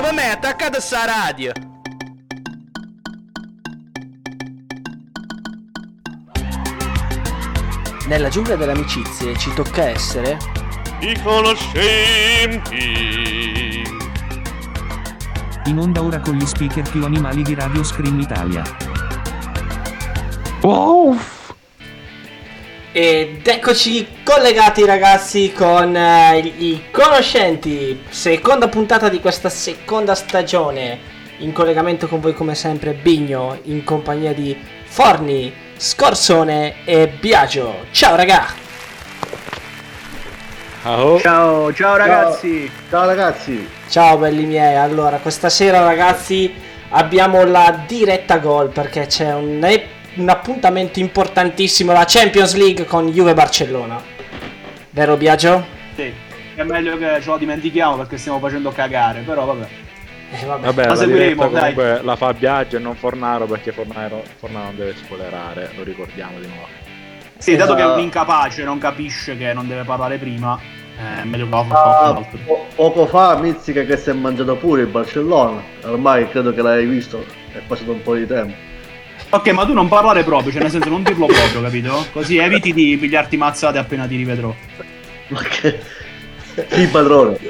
me è attaccata sta radio. Nella giungla delle amicizie ci tocca essere i conoscenti. In onda ora con gli speaker più animali di Radio Scream Italia. wow. Ed eccoci collegati ragazzi con i conoscenti, seconda puntata di questa seconda stagione. In collegamento con voi come sempre Bigno, in compagnia di Forni, Scorsone e Biagio. Ciao raga. Ciao ragazzi. Ciao ragazzi. Ciao belli miei. Allora questa sera ragazzi abbiamo la diretta gol perché c'è un appuntamento importantissimo, la Champions League con Juve Barcellona. Vero Biagio? Sì, è meglio che ce lo dimentichiamo perché stiamo facendo cagare, però vabbè. Vabbè, la la seguiremo, diretta dai. comunque la fa Biagio e non Fornaro, perché Fornaro non deve spoilerare, lo ricordiamo di nuovo. Sì, dato che è un incapace, non capisce che non deve parlare prima, è meglio che lo faccia altro. Poco fa Mizzica che si è mangiato pure il Barcellona. Ormai credo che l'hai visto, è passato un po' di tempo. Ok, ma tu non parlare proprio, cioè nel senso non dirlo proprio, capito? Così eviti di pigliarti mazzate appena ti rivedrò. Ma che... Sì, padrone.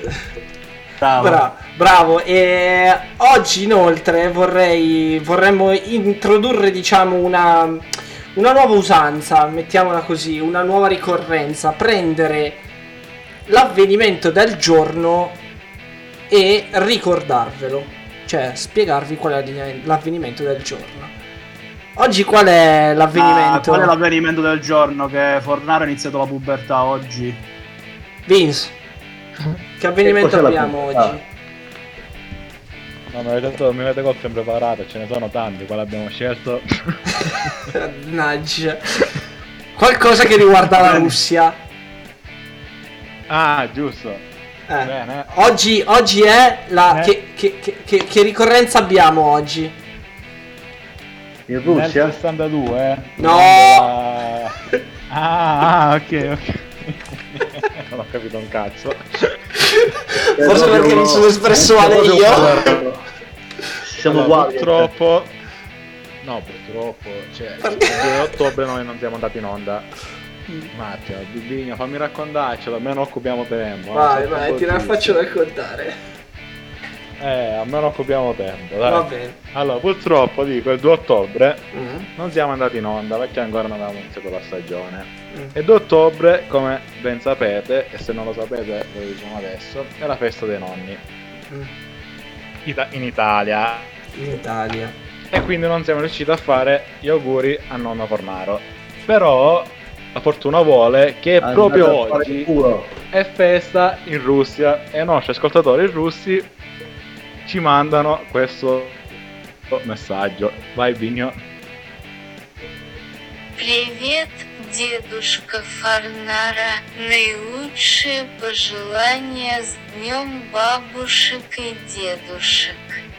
Bravo. E oggi inoltre vorremmo introdurre diciamo una nuova usanza, mettiamola così, una nuova ricorrenza, prendere l'avvenimento del giorno e ricordarvelo, cioè spiegarvi qual è l'avvenimento del giorno. Oggi qual è l'avvenimento? Qual è l'avvenimento del giorno? Che Fornaro ha iniziato la pubertà oggi. Vince, che avvenimento abbiamo oggi? No, mi avete colto impreparato, ce ne sono tanti, quale abbiamo scelto? Mannaggia. Qualcosa che riguarda la Russia. Ah, giusto. Bene. Oggi è la... Che ricorrenza abbiamo oggi? In Russia? Nel 62? No! Ok. Non ho capito un cazzo. Forse perché mi sono espresso male io. Siamo uguali. Purtroppo, cioè, il 2 ottobre noi non siamo andati in onda. Un attimo, Bibigno, fammi raccontarcelo, almeno occupiamo tempo. Vai, ti la faccio raccontare. Almeno occupiamo tempo, dai. Va bene. Allora, purtroppo dico, il 2 ottobre non siamo andati in onda perché ancora non avevamo iniziato la stagione. E 2 ottobre, come ben sapete, e se non lo sapete ve lo diciamo adesso, è la festa dei nonni. In Italia. In Italia. E quindi non siamo riusciti a fare gli auguri a nonno Fornaro. Però la fortuna vuole che proprio oggi è festa in Russia e i nostri ascoltatori russi ci mandano questo messaggio. Vai Bigno. Привет, дедушка Фарнара. Наилучшие пожелания с днем бабушек и дедушек.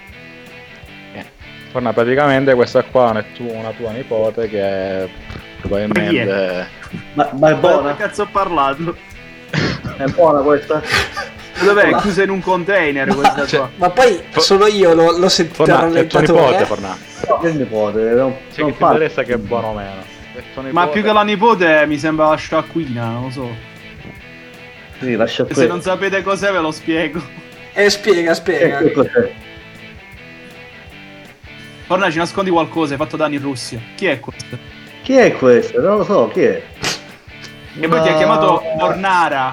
Forna, praticamente questa qua è una tua nipote che probabilmente... Ma è buona? Che cazzo ho parlato? È buona questa? Dov'è? Chiusa in un container questa qua. Ma poi solo io l'ho sentito Forna, è tuo nipote, Forna. Che nipote? Non Cioè, che ti fa. interessa che è buono o meno? Ma più che la nipote mi sembra la sciacquina, non lo so. Sì, lascia E se non sapete cos'è ve lo spiego. Spiega. cos'è? Forna, ci nascondi qualcosa, hai fatto danni in Russia. Chi è questo? Chi è questo? Non lo so, chi è? E poi ti ha chiamato Fornara.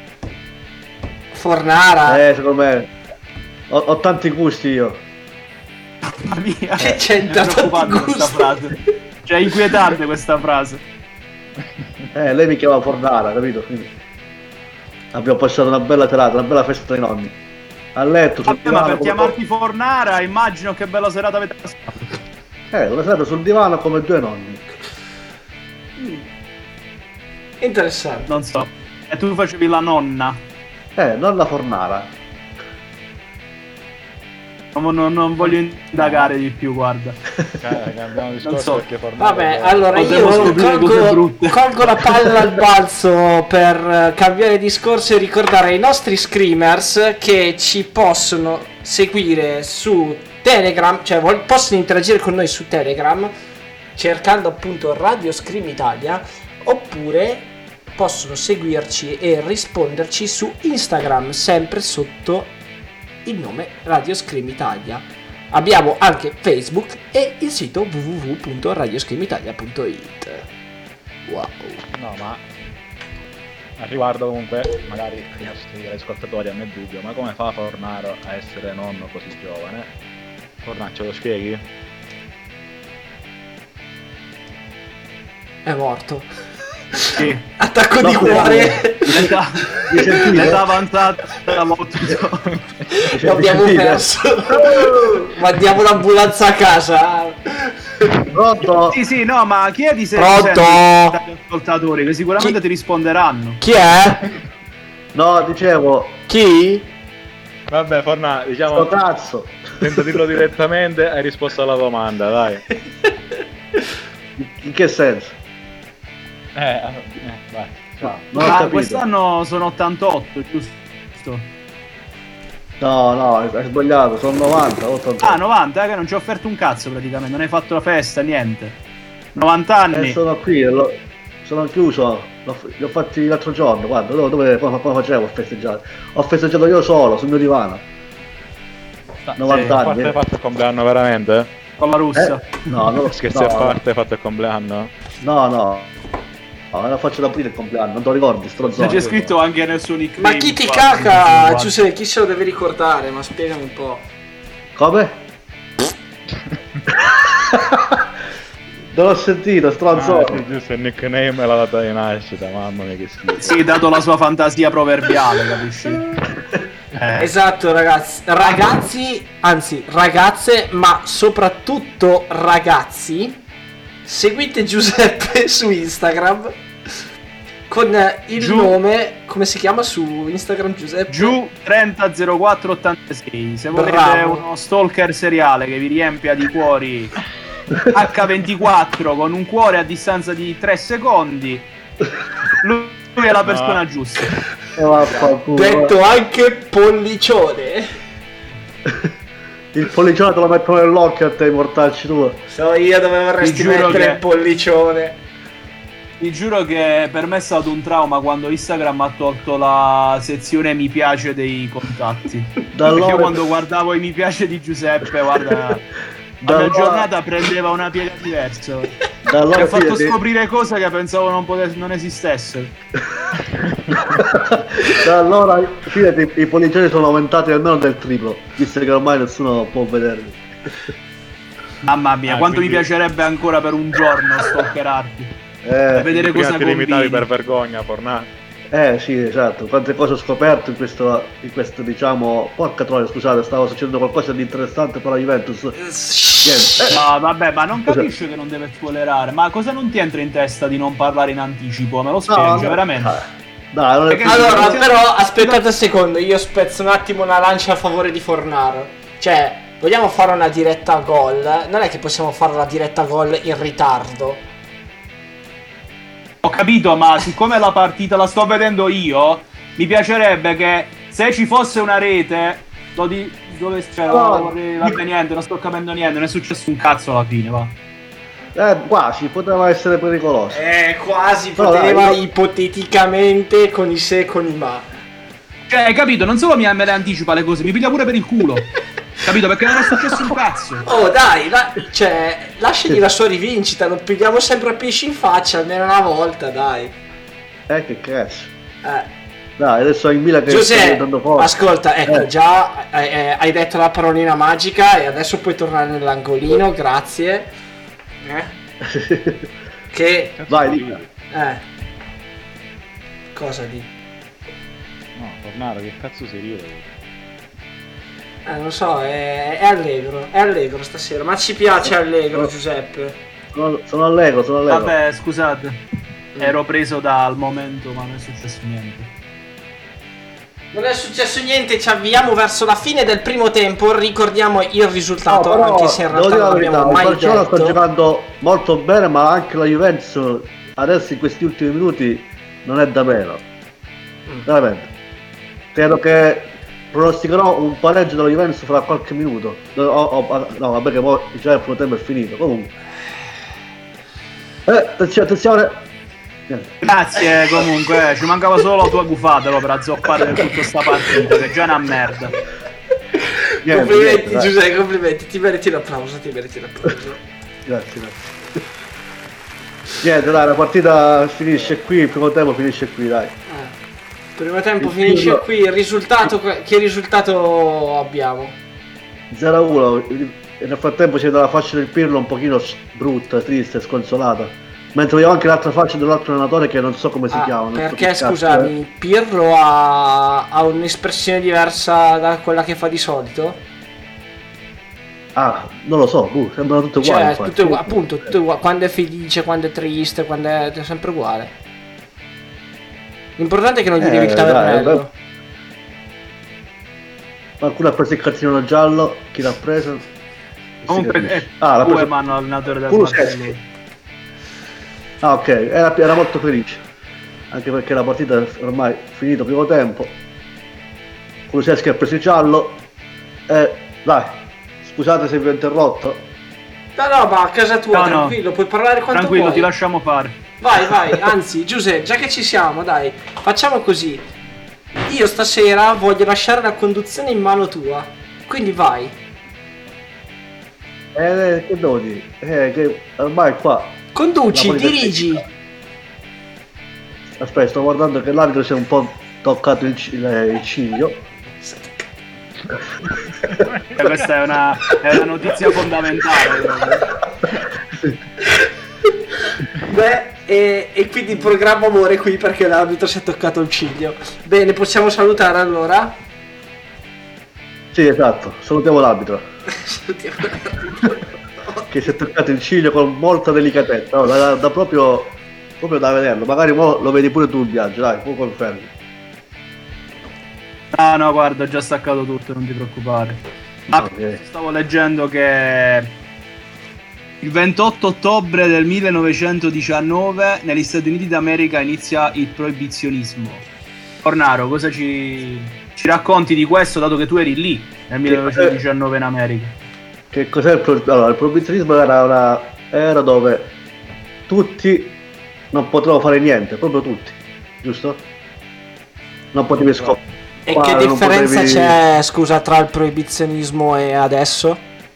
Fornara? Secondo me ho tanti gusti io. Mamma mia, Che c'entra è preoccupante tanti questa gusti? frase. Cioè, è inquietante questa frase. Lei mi chiama Fornara, capito? Quindi abbiamo passato una bella serata, una bella festa dei nonni. A letto, sul Ma divano. per come- chiamarti Fornara, immagino che bella serata avete passato. una serata sul divano come due nonni. Interessante. Non so. E tu facevi la nonna. Nonna Fornara. Non voglio indagare di più, guarda. Cambiamo discorso Non so. perché Fornaro... Vabbè, allora Potremmo io scoprire cose brutte. colgo la palla al balzo per cambiare discorso e ricordare ai nostri screamers che ci possono seguire su Telegram, cioè possono interagire con noi su Telegram cercando appunto Radio Scream Italia, oppure possono seguirci e risponderci su Instagram sempre sotto il nome Radio Scream Italia. Abbiamo anche Facebook e il sito www.radioscreamitalia.it. Wow. No, ma a riguardo comunque magari i nostri ascoltatori hanno il dubbio, ma come fa Fornaro a essere nonno così giovane? Fornaro, ce lo spieghi? È morto. Sì. Attacco di cuore. L'età avanzata molto. L'abbiamo perso. Mandiamo l'ambulanza a casa. Pronto? Sì, no, ma chiedi se Pronto? agli ascoltatori che sicuramente ti risponderanno. Chi è? No, dicevo, Chi? Vabbè, Fornaro, sto diciamo, cazzo. senza dirlo direttamente, hai risposto alla domanda, dai. In che senso? Vai, ciao. Non ho capito. Quest'anno sono 88, giusto? No, hai sbagliato, sono 90, 88. 90, che non ci ho offerto un cazzo praticamente, non hai fatto la festa, niente. 90 anni. Sono qui, sono chiuso, li ho fatti l'altro giorno, guarda, dove facevo a festeggiare? Ho festeggiato io solo, sul mio divano. 90 A anni. parte hai fatto il compleanno veramente? Con la russa. No, Scherzi a parte, hai fatto il compleanno? No, la faccio da aprire il compleanno, non te lo ricordi, stronzo. C'è scritto anche nel suo nickname. Ma chi ti caca, Giuseppe? Chi se lo deve ricordare? Ma spiegami un po'. Come? Non l'ho sentito, stronzo. Sì, giusto, il nickname e la data di nascita, mamma mia che schifo. Sì, dato la sua fantasia proverbiale, capisci? Esatto, ragazzi, anzi ragazze, ma soprattutto ragazzi, seguite Giuseppe su Instagram con il nome, come si chiama su Instagram, Giuseppe? Giù 300486. Se volete Bravo. uno stalker seriale che vi riempia di cuori H24 con un cuore a distanza di 3 secondi, lui è la persona giusta. Detto anche pollicione. Il pollicione te lo metto nell'occhio a te, mortacci tu. So io dove vorresti Ti giuro mettere che- il pollicione. Vi giuro che per me è stato un trauma quando Instagram ha tolto la sezione mi piace dei contatti. Da Perché io allora- quando guardavo i mi piace di Giuseppe, guarda, Da la mia allora- giornata prendeva una piega diversa. Da Mi allora ha fatto fidati- scoprire cose che pensavo non esistessero. Da allora fidati, i pollicioni sono aumentati almeno del triplo, visto che ormai nessuno può vederli. Mamma mia, quanto quindi- mi piacerebbe ancora per un giorno stalkerarti. Per vedere Prima cosa ti limitavi combini. per vergogna, Fornaro. Sì, esatto, quante cose ho scoperto in questo diciamo, porca troia, scusate, stavo succedendo qualcosa di interessante per la Juventus. Niente. No, vabbè, ma non capisce che non deve spoilerare. Ma cosa non ti entra in testa di non parlare in anticipo? Me lo spieghi, veramente. Dai, non è Perché- Allora, sì, però, aspettate un secondo, io spezzo un attimo una lancia a favore di Fornaro. Cioè, vogliamo fare una diretta gol? Non è che possiamo fare la diretta gol in ritardo. Ho capito, ma siccome la partita la sto vedendo io, mi piacerebbe che se ci fosse una rete, dove c'è? Vabbè, niente, non sto capendo niente, non è successo un cazzo alla fine, va. Quasi, poteva essere pericoloso. Quasi Però poteva dai, io- ipoteticamente con i se e con i ma. Cioè, hai capito? Non solo me le anticipa le cose, mi piglia pure per il culo. Capito? Perché non è successo un cazzo. Oh dai, cioè, lasciagli la sua rivincita, lo pigliamo sempre a pesci in faccia, almeno una volta, dai. Che cazzo. Eh. Dai, adesso in Milan che sta Giuseppe, diventando forte. ascolta, ecco, Eh. già hai detto la parolina magica e adesso puoi tornare nell'angolino, grazie. Che... Vai, dica. Cosa di? No, Fornaro, che cazzo si ride? Non so, è allegro stasera, ma ci piace allegro, Giuseppe. Sono allegro. Vabbè, scusate, ero preso dal momento, ma non è successo niente. Non è successo niente, ci avviamo verso la fine del primo tempo, ricordiamo il risultato, però, anche se in devo realtà dire non la verità, l'abbiamo il mai Barcellona sta detto. giocando molto bene, ma anche la Juventus adesso in questi ultimi minuti non è da meno. Veramente. Credo che pronosticherò un pareggio della Juventus fra qualche minuto. No, vabbè che poi già il primo tempo è finito. Comunque. Attenzione. Grazie comunque, ci mancava solo la tua gufata per azzoppare tutta sta partita, che già è una merda. Complimenti Giuseppe, complimenti, ti meriti l'applauso. Grazie. Niente, dai, la partita finisce qui, il primo tempo finisce qui, dai. Primo tempo finisce qui, il risultato, che risultato abbiamo? 0-1, nel frattempo c'è dalla faccia del Pirlo un pochino brutta, triste, sconsolata. Mentre vedo anche l'altra faccia dell'altro allenatore che non so come si chiama. Perché scusami, Pirlo ha un'espressione diversa da quella che fa di solito? Non lo so, sembrano tutte uguali. Cioè, tutto uguale, quando è felice, quando è triste, quando è sempre uguale. L'importante è che non gli devi il tavernello. Qualcuno ha preso il cartellino giallo, chi l'ha preso? Comunque l'ha preso l'allenatore del Barcellona. Ok, era molto felice, anche perché la partita ormai finito primo tempo. Kulusevski ha preso il giallo e dai, scusate se vi ho interrotto. No, ma a casa tua, tranquillo, puoi parlare quanto tranquillo, vuoi. Ti lasciamo fare. Vai, anzi Giuseppe, già che ci siamo, dai, facciamo così. Io stasera voglio lasciare la conduzione in mano tua, quindi vai. Che devo dire? Che ormai qua conduci, dirigi. Aspetta, sto guardando che l'arbitro si è un po' toccato il ciglio. Questa è una notizia fondamentale. Beh, e quindi il programma muore qui perché l'arbitro si è toccato il ciglio. Bene, possiamo salutare allora? Sì, esatto, salutiamo l'arbitro. Che si è toccato il ciglio con molta delicatezza, no, da proprio da vederlo. Magari mo lo vedi pure tu in viaggio, dai, poi confermi. No, guarda, ho già staccato tutto, non ti preoccupare. Stavo leggendo che il 28 ottobre del 1919 negli Stati Uniti d'America inizia il proibizionismo. Ornaro, cosa ci racconti di questo, dato che tu eri lì nel 1919 in America? Che cos'è il proibizionismo? Era dove tutti non potevano fare niente, proprio tutti, giusto? Non potevi scoprire. E che differenza c'è, scusa, tra il proibizionismo e adesso?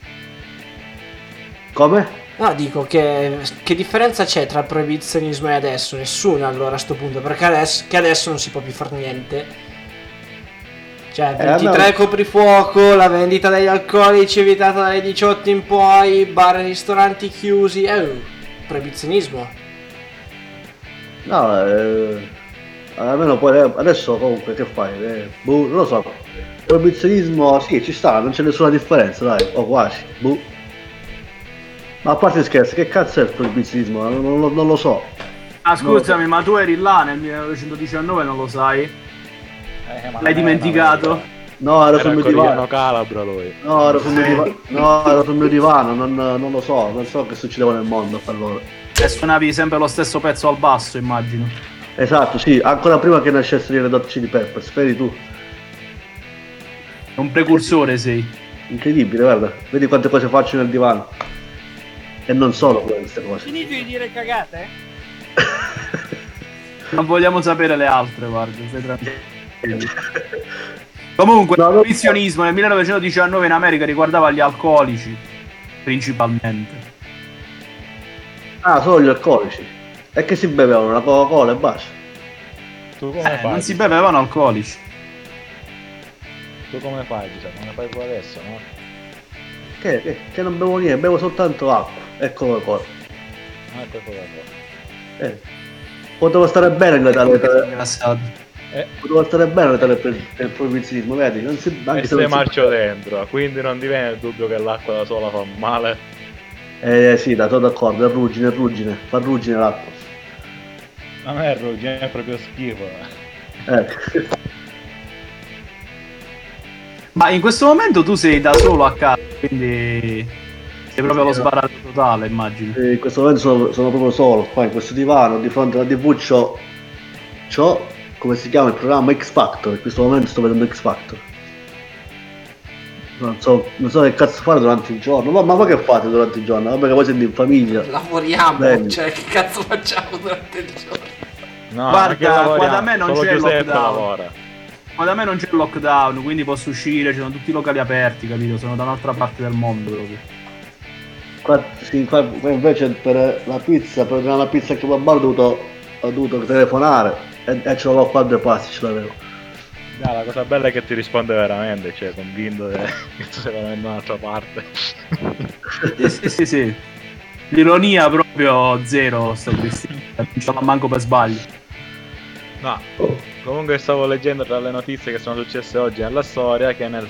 Come? No, dico che differenza c'è tra il proibizionismo e adesso? Nessuna allora a sto punto, perché adesso non si può più fare niente. Cioè, 23 coprifuoco, la vendita degli alcolici vietata dalle 18 in poi, bar e ristoranti chiusi. Proibizionismo. No, almeno poi adesso comunque che fai? Non lo so. Proibizionismo sì, ci sta, non c'è nessuna differenza, dai, o quasi. Ma a parte scherzi, che cazzo è il proibizionismo? Non lo so. Scusami, ma tu eri là nel 1919, non lo sai? L'hai dimenticato? No, ero sul mio divano. Calabra lui. No, ero sul mio divano, non lo so, non so che succedeva nel mondo allora. E suonavi sempre lo stesso pezzo al basso, immagino. Esatto, sì, ancora prima che nascessero i Red Hot Chili Peppers, vedi tu. Un precursore sei. Incredibile, guarda, vedi quante cose faccio nel divano. E non solo queste cose. Finito di dire cagate? Non vogliamo sapere le altre, guarda, stai tranquillo. Comunque, il proibizionismo nel 1919 in America riguardava gli alcolici, principalmente. Solo gli alcolici. E che si bevevano? La Coca-Cola e basta. Tu come fai? Non si bevevano alcolici. Tu come fai, Giuseppe? Come fai pure adesso, no? Che non bevo niente, bevo soltanto acqua e Coca-Cola. Ecco Coca-Cola. Potevo stare bene in Potevo stare bene per il proibizionismo, vedi? Non si, anche e se marcio dentro, quindi non ti viene il dubbio che l'acqua da sola fa male? Sì, sono d'accordo, è ruggine, fa ruggine l'acqua. Non è ruggine, è proprio schifo. Ma in questo momento tu sei da solo a casa, quindi sei proprio allo sbaraglio totale, immagino. In questo momento sono proprio solo, qua in questo divano, di fronte alla TV c'ho come si chiama il programma X Factor, in questo momento sto vedendo X Factor. non so che cazzo fare durante il giorno. Ma voi che fate durante il giorno? Vabbè che voi siete in famiglia. Lavoriamo, Bene. cioè che cazzo facciamo durante il giorno? No, Guarda, qua da me non solo c'è il Giuseppe lockdown. lavora. Ma da me non c'è il lockdown, quindi posso uscire, ci sono tutti i locali aperti, capito? Sono da un'altra parte del mondo proprio. Qua invece per la pizza, per ordinare la pizza che babà ho dovuto telefonare e ce l'avevo qua a 2 passi, ce l'avevo. No, la cosa bella è che ti risponde veramente, cioè convinto che tu sei veramente da un'altra parte. Sì. L'ironia proprio zero, sto Cristiano. Non ce la manco per sbaglio. No, comunque stavo leggendo tra le notizie che sono successe oggi nella storia che nel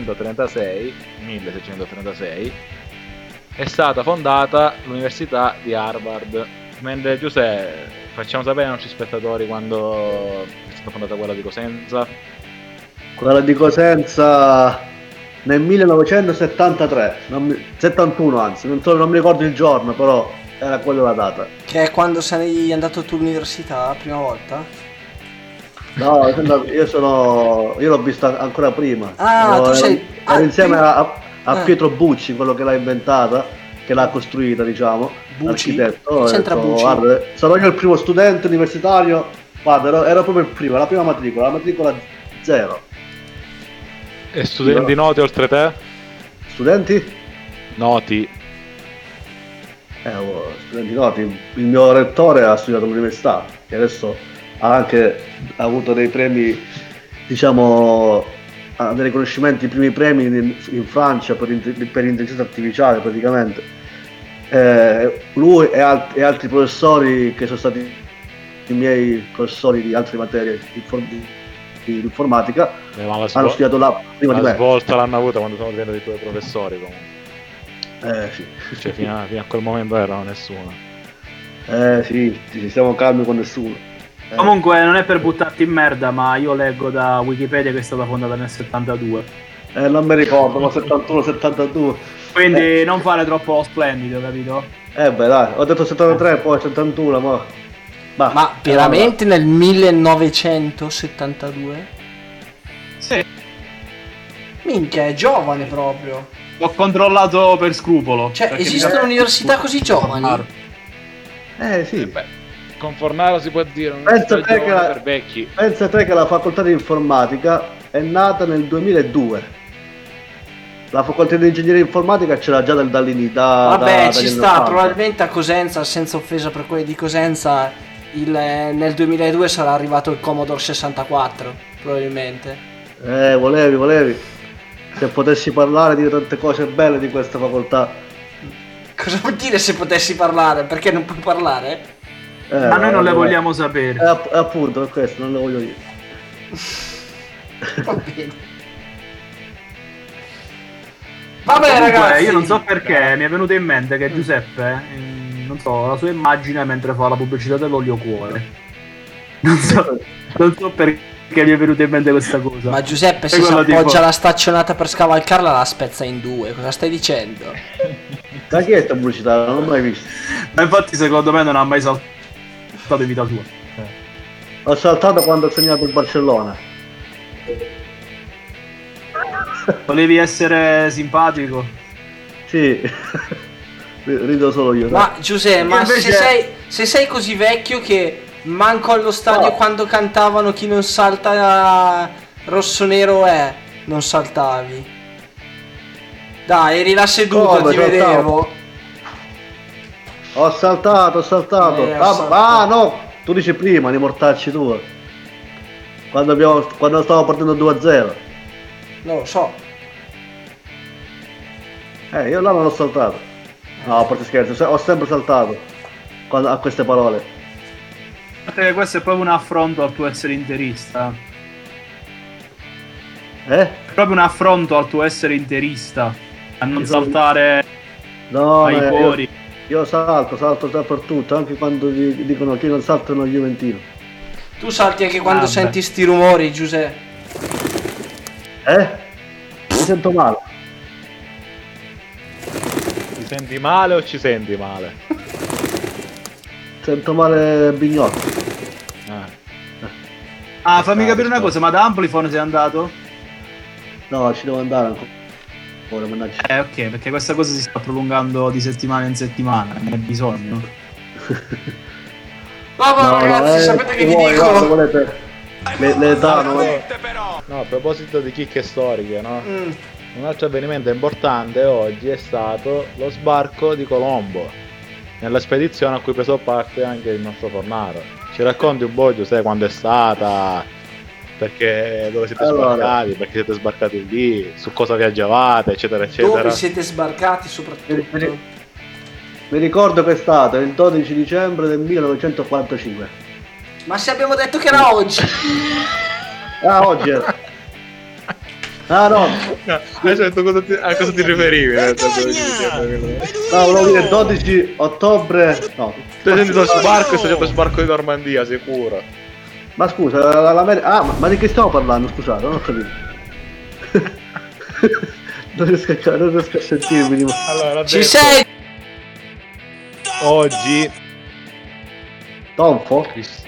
1636 è stata fondata l'università di Harvard. Mentre Giuseppe, facciamo sapere ai nostri spettatori quando è stata fondata quella di Cosenza. Quella di Cosenza nel 1973, 71 anzi, non mi ricordo il giorno, però era quella la data. Che è quando sei andato tu all'università la prima volta? No, io l'ho vista ancora prima. Ah, tu sei... ero insieme a Ah. Pietro Bucci, quello che l'ha inventata, che l'ha costruita, diciamo, Bucci? l'architetto. Che c'entra Bucci? Guarda, sarò io il primo studente universitario, guarda, ero proprio il primo, la prima matricola, la matricola 0. E studenti noti oltre te? Studenti? Noti. Studenti noti. Il mio rettore ha studiato all'università, che adesso ha anche avuto dei premi, diciamo, dei riconoscimenti, i primi premi in Francia per intelligenza artificiale praticamente. Lui e altri professori che sono stati i miei professori di altre materie di informatica hanno studiato là prima di me. La svolta l'hanno avuta quando sono diventati i tuoi professori comunque. Sì. Cioè fino a quel momento erano nessuno. Sì, ci siamo calmi con nessuno. Comunque non è per buttarti in merda, ma io leggo da Wikipedia che è stata fondata nel 72. Non mi ricordo, ma 71-72. Quindi non fare troppo splendido, capito? Beh dai, ho detto 73, poi 71, Ma veramente nel 1972? Sì. Minchia, è giovane proprio. L'ho controllato per scrupolo. Cioè, perché esistono università così giovani? Sì. Con Fornaro si può dire Pensa te per vecchi. Pensa te che la facoltà di informatica è nata nel 2002. La facoltà di ingegneria informatica c'era già dall'inizio. Vabbè, ci sta, probabilmente a Cosenza, senza offesa per quelli di Cosenza, nel 2002 sarà arrivato il Commodore 64, probabilmente. Volevi. Se potessi parlare, dire tante cose belle di questa facoltà. Cosa vuol dire se potessi parlare? Perché non puoi parlare? Ma noi non le vogliamo sapere. Appunto, è questo, non le voglio dire. Va bene. Vabbè, Comunque, ragazzi, io non so perché mi è venuto in mente che Giuseppe, non so, la sua immagine mentre fa la pubblicità dell'olio cuore. Non so perché mi è venuta in mente questa cosa. Ma Giuseppe, se si appoggia la staccionata per scavalcarla, la spezza in due. Cosa stai dicendo? Da chi è sta pubblicità? Non l'ho mai vista. Ma infatti secondo me non ha mai saltato in vita sua. Ho saltato quando ho segnato il Barcellona. Volevi essere simpatico? Sì. Rido solo io. Ma Giuseppe, ma invece... se sei così vecchio che manco allo stadio quando cantavano chi non salta rosso-nero non saltavi. Dai, eri là seduto, ti vedevo. Ho saltato. No, tu dici prima di mortacci tua. Quando stavo partendo 2-0. Non lo so. Io là non ho saltato. No, a parte scherzo, ho sempre saltato a queste parole. Perché questo è proprio un affronto al tuo essere interista. È proprio un affronto al tuo essere interista. A non saltare ai cuori. Io salto dappertutto, anche quando dicono che non saltano gli Juventino. Tu salti anche quando senti sti rumori, Giuseppe. Mi sento male. Ti senti male o ci senti male? Sento male Bignotto. Fammi capire una cosa, ma da Amplifon sei andato? No, ci devo andare ancora. favore, mannaggia. Ok, perché questa cosa si sta prolungando di settimana in settimana, ne è bisogno. No, ragazzi, sapete che vi dico? Volete le età, no? No, a proposito di chicche storiche, no? Un altro avvenimento importante oggi è stato lo sbarco di Colombo nella spedizione a cui ha preso parte anche il nostro Fornaro. Ci racconti un po', Giuseppe, quando è stata? Perché dove siete sbarcati? Perché siete sbarcati lì? Su cosa viaggiavate? Eccetera, eccetera. Dove siete sbarcati soprattutto? Mi ricordo che è stato il 12 dicembre del 1945. Ma se abbiamo detto che era oggi. Ah, oggi era. Ah no, Hai detto a cosa ti riferivi? no, volevo dire 12 ottobre. No. Tu hai sentito sbarco e sei stato sbarco di Normandia, sicuro. Ma scusa, ma di che stiamo parlando? Scusate, non ho capito. non riesco a sentirmi. Allora, Ci sei? Oggi Tonfo?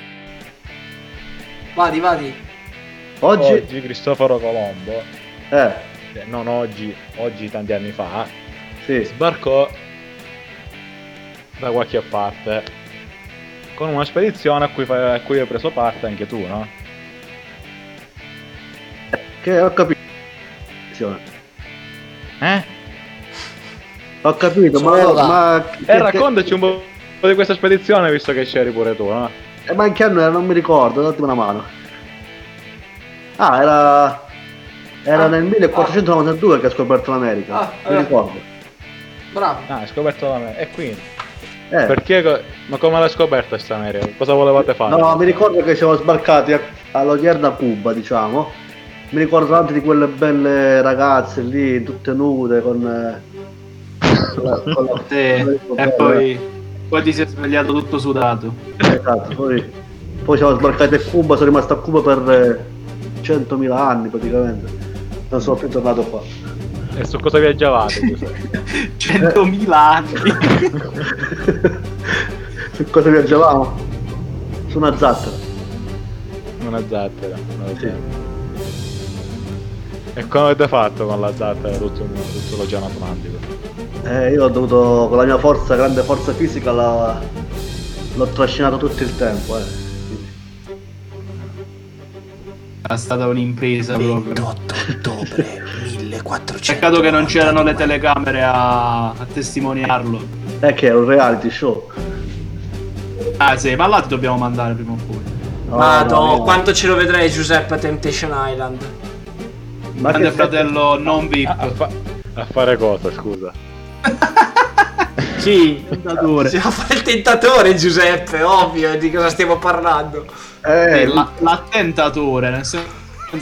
Vadi. Oggi? Cristoforo Colombo, non oggi tanti anni fa, sì, sbarcò da qualche parte con una spedizione a cui hai preso parte anche tu, no? Che ho capito. Ho capito, ma raccontaci un po' di questa spedizione, visto che c'eri pure tu, no? Ma in che anno era? Non mi ricordo, datemi una mano. Ah, era nel 1492 che ha scoperto l'America. Mi ricordo. Bravo. Hai scoperto l'America. E quindi? Perché? Ma come l'hai scoperta questa America? Cosa volevate fare? No, mi ricordo che siamo sbarcati all'odierna Cuba, diciamo. Mi ricordo anche di quelle belle ragazze lì, tutte nude, con e poi ti sei svegliato tutto sudato. Esatto, poi siamo sbarcati a Cuba, sono rimasto a Cuba per 100.000 anni praticamente. Non sono più tornato qua. E su cosa viaggiavate? 100.000 anni. Su cosa viaggiavamo? Su una zattera. Una zattera. Sì. E come avete fatto con la zattera tutto l'Oceano Atlantico? Io ho dovuto, con la mia grande forza fisica, l'ho trascinato tutto il tempo. È stata un'impresa proprio. 28 ottobre 1400. Peccato che non c'erano le telecamere a testimoniarlo. È che è un reality show. Ah sì, ma là ti dobbiamo mandare prima o poi. No, quanto ce lo vedrei Giuseppe a Temptation Island. Ma Grande che fratello non VIP. A fare cosa, scusa? Sì, Tentatore. si fa il tentatore Giuseppe, ovvio, di cosa stiamo parlando. L'attentatore, nel senso che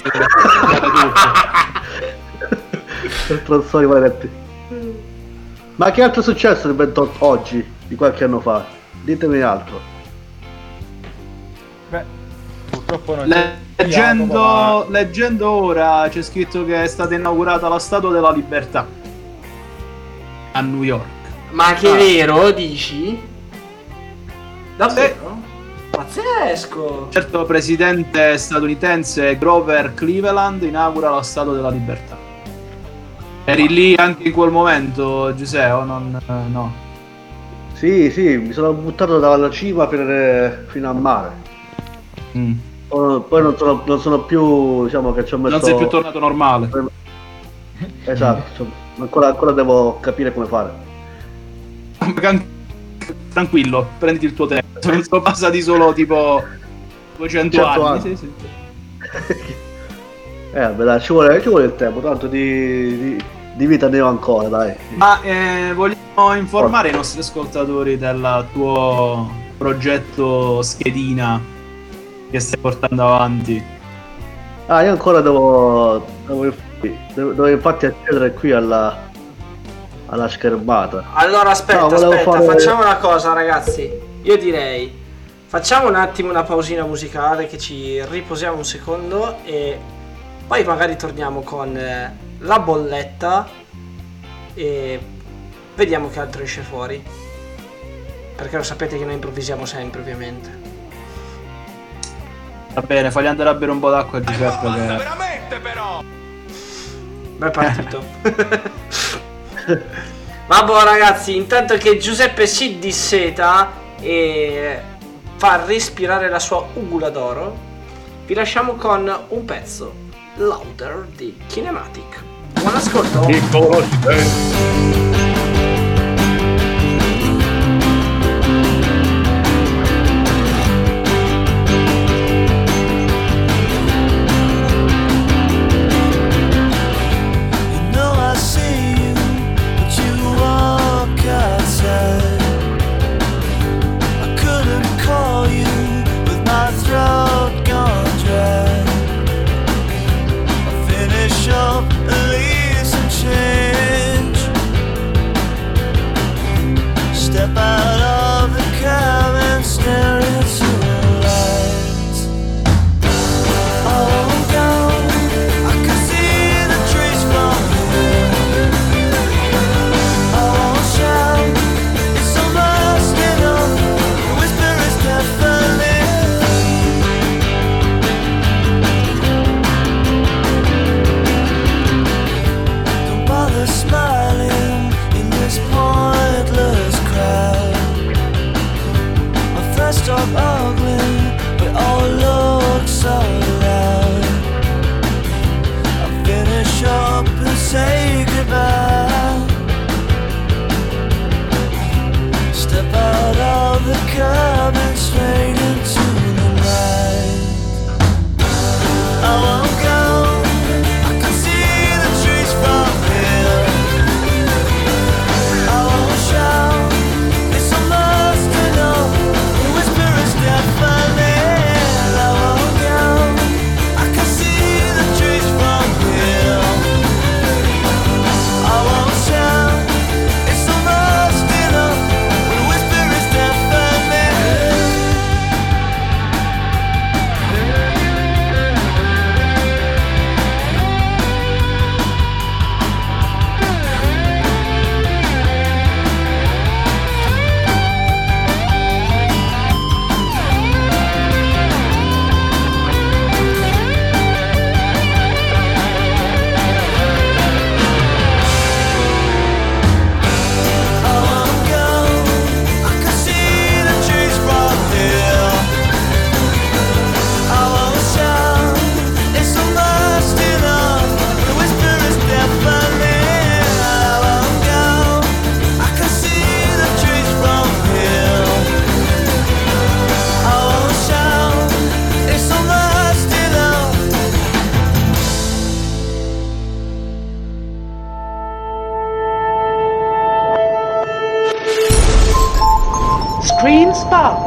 Trozzoni maledetti. Ma che altro è successo il 28 oggi, di qualche anno fa? Ditemi altro. Beh, purtroppo non c'è. Leggendo ora c'è scritto che è stata inaugurata la Statua della Libertà a New York. Ma che è vero, dici? Davvero? Pazzesco! Certo, presidente statunitense Grover Cleveland inaugura la Statua della Libertà. Eri lì anche in quel momento, Giuseppe, o non? No. Sì, mi sono buttato dalla cima fino al mare. Poi non sono più, diciamo che ci ho messo... Non sei più tornato normale. Esatto, ancora devo capire come fare. Tranquillo, prenditi il tuo tempo. Non sono passati solo tipo 200 anni. Sì. Vabbè, dai, ci vuole il tempo, tanto di vita ne ho ancora, dai. Ma vogliamo informare i nostri ascoltatori del tuo progetto schedina che stai portando avanti? Io ancora devo infatti accedere qui alla schermata. Allora aspetta, facciamo una cosa ragazzi. Io direi facciamo un attimo una pausina musicale, che ci riposiamo un secondo e poi magari torniamo con la bolletta e vediamo che altro esce fuori, perché lo sapete che noi improvvisiamo sempre, ovviamente. Va bene, fagli andare a bere un po' d'acqua a Giuseppe. Veramente però. è partito. Vabbè ragazzi, intanto che Giuseppe si disseta e fa respirare la sua ugula d'oro, vi lasciamo con un pezzo, Louder di Kinematic. Buon ascolto. Screen Spot.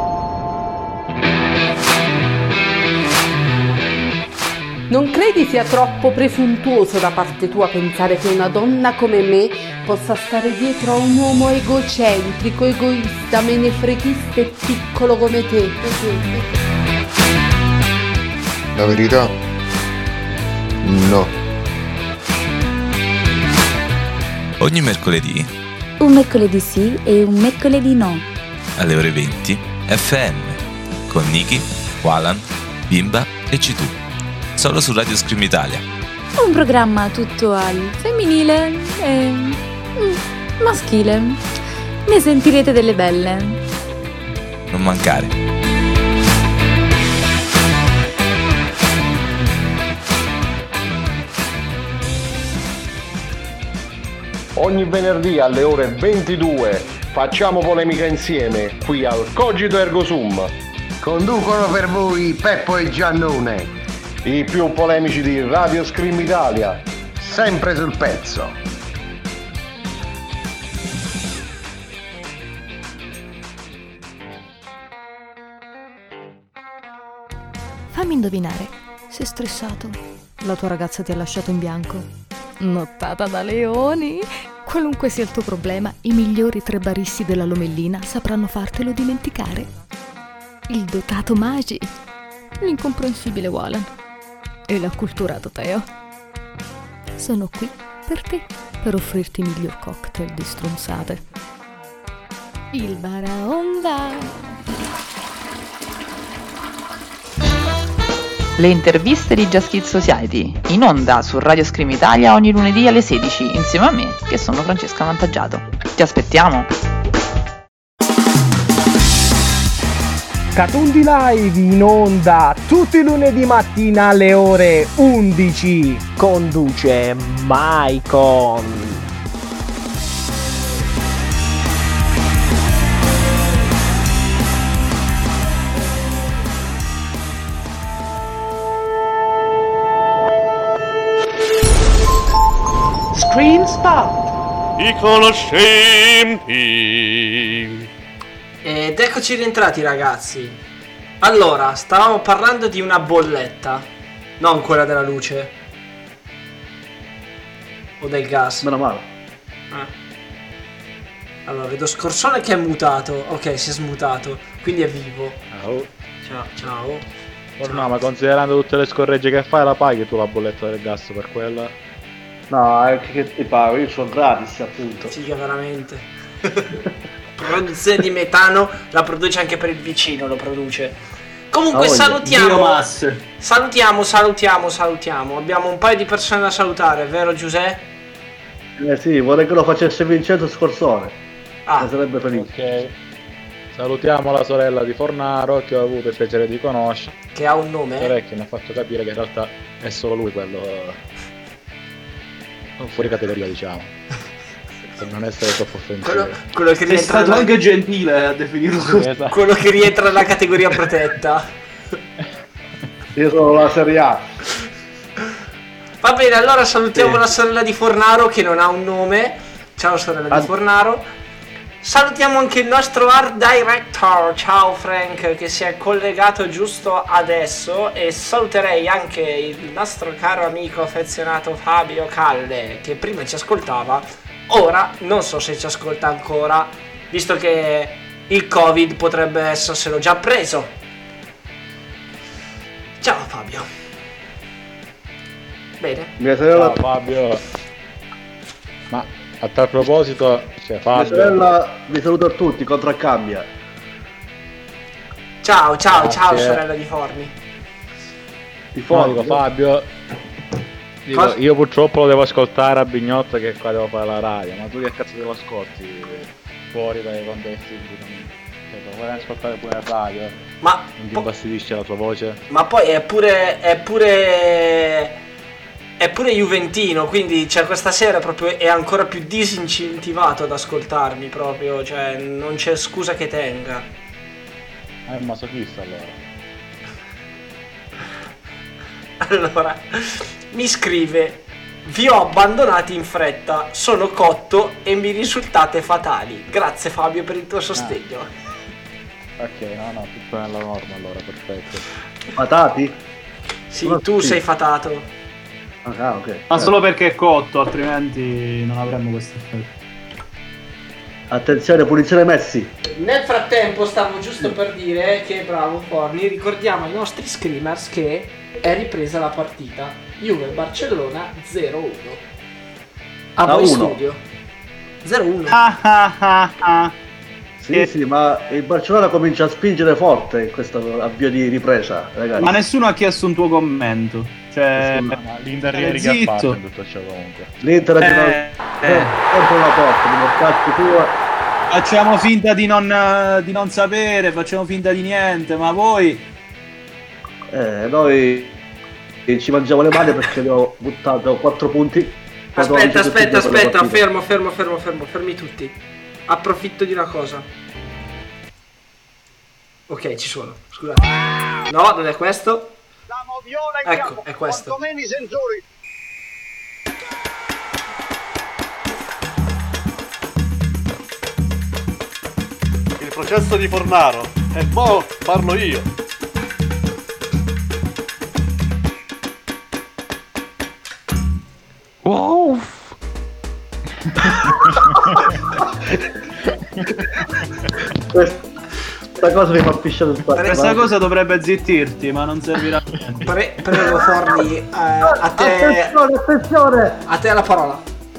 Non credi sia troppo presuntuoso da parte tua pensare che una donna come me possa stare dietro a un uomo egocentrico, egoista, menefreghista e piccolo come te? La verità? No. Ogni mercoledì, un mercoledì sì e un mercoledì no, alle ore 20, FM, con Niki, Walan, Bimba e Citu, solo su Radio Scream Italia. un programma tutto al femminile e maschile. Ne sentirete delle belle. Non mancare. Ogni venerdì alle ore 22 facciamo polemica insieme qui al Cogito Ergo Sum. Conducono per voi Peppo e Giannone, i più polemici di Radio Scream Italia, sempre sul pezzo. Fammi indovinare, sei stressato? La tua ragazza ti ha lasciato in bianco? Nottata da leoni? Qualunque sia il tuo problema, i migliori 3 baristi della Lomellina sapranno fartelo dimenticare. Il dotato Magi, l'incomprensibile Walan e l'acculturato Teo sono qui per te, per offrirti i miglior cocktail di stronzate. Il Baraonda. Le interviste di Just Kids Society, in onda su Radio Scream Italia ogni lunedì alle 16, insieme a me, che sono Francesca Vantaggiato. Ti aspettiamo! Catundi Live in onda tutti i lunedì mattina alle ore 11. Conduce Maicon. Screen Spot. I conoscenti. Ed eccoci rientrati, ragazzi. Allora, stavamo parlando di una bolletta, non quella della luce o del gas. Meno male. Allora, vedo Scorsone che è mutato. Ok, si è smutato, quindi è vivo. Ciao. Ciao. No, ma considerando tutte le scorregge che fai, la paghi tu la bolletta del gas per quella? No, è che ti pago, io sono gratis, appunto. Figa, veramente. Produzione di metano la produce anche per il vicino, lo produce. Comunque salutiamo. Abbiamo un paio di persone da salutare, vero Giuseppe? Sì, vorrei che lo facesse Vincenzo Scorsone. Ne sarebbe felice. Ok. Salutiamo la sorella di Fornaro, che ho avuto il piacere di conoscere. Che ha un nome? Che mi ha fatto capire che in realtà è solo lui quello fuori categoria, diciamo. Per non essere troppo offensivo. Quello che rientra. È stato anche gentile a definirlo così. Esatto. Quello che rientra nella categoria protetta. Io sono la Serie A. Va bene, allora salutiamo la sorella di Fornaro che non ha un nome. Ciao sorella di Fornaro. Salutiamo anche il nostro art director, ciao Frank, che si è collegato giusto adesso, e saluterei anche il nostro caro amico affezionato Fabio Calle, che prima ci ascoltava, ora non so se ci ascolta ancora, visto che il Covid potrebbe esserselo già preso. Ciao Fabio. Bene. Ciao Fabio. Ma a tal proposito, cioè Fabio, mia sorella vi saluto a tutti, contraccambia. Ciao sorella di Forni. Dico Fabio, io purtroppo lo devo ascoltare a Bignotta, che qua devo fare la radio, ma tu che cazzo te lo ascolti fuori dai contesti? Cioè, lo puoi ascoltare pure a radio? Ma non ti infastidisce la tua voce? Ma poi è pure juventino, quindi cioè, questa sera proprio è ancora più disincentivato ad ascoltarmi proprio, cioè non c'è scusa che tenga. È un masochista allora. Allora, mi scrive: vi ho abbandonati in fretta, sono cotto e mi risultate fatali. Grazie Fabio per il tuo sostegno. Ok, no, tutto nella norma allora, perfetto. Fatati? Sì, tu sei fatato. Ah, ok. Ma solo perché è cotto, altrimenti non avremmo questo effetto. Attenzione, punizione Messi. Nel frattempo stavo giusto per dire che, bravo Forni, ricordiamo ai nostri screamers che è ripresa la partita. Juve-Barcellona 0-1. A voi studio. 0-1. Sì, ma il Barcellona comincia a spingere forte in questo avvio di ripresa, ragazzi. Ma nessuno ha chiesto un tuo commento. Cioè, l'Inter ieri che ha fatto in tutto ciò comunque. L'Inter ha contro la porta, di mortarti tua. Facciamo finta di non sapere, facciamo finta di niente, ma voi noi ci mangiamo le mani perché abbiamo buttato 4 punti. Aspetta, fermo, fermi tutti. Approfitto di una cosa. Ok, ci sono, scusate. No, non è questo. Ecco, è questo. Il processo di Fornaro. E mo' parlo io. Wow. Questa cosa mi fa pisciare il spazio. Questa cosa dovrebbe zittirti, ma non servirà a niente. Prego Forni, a te. Attenzione! A te la parola.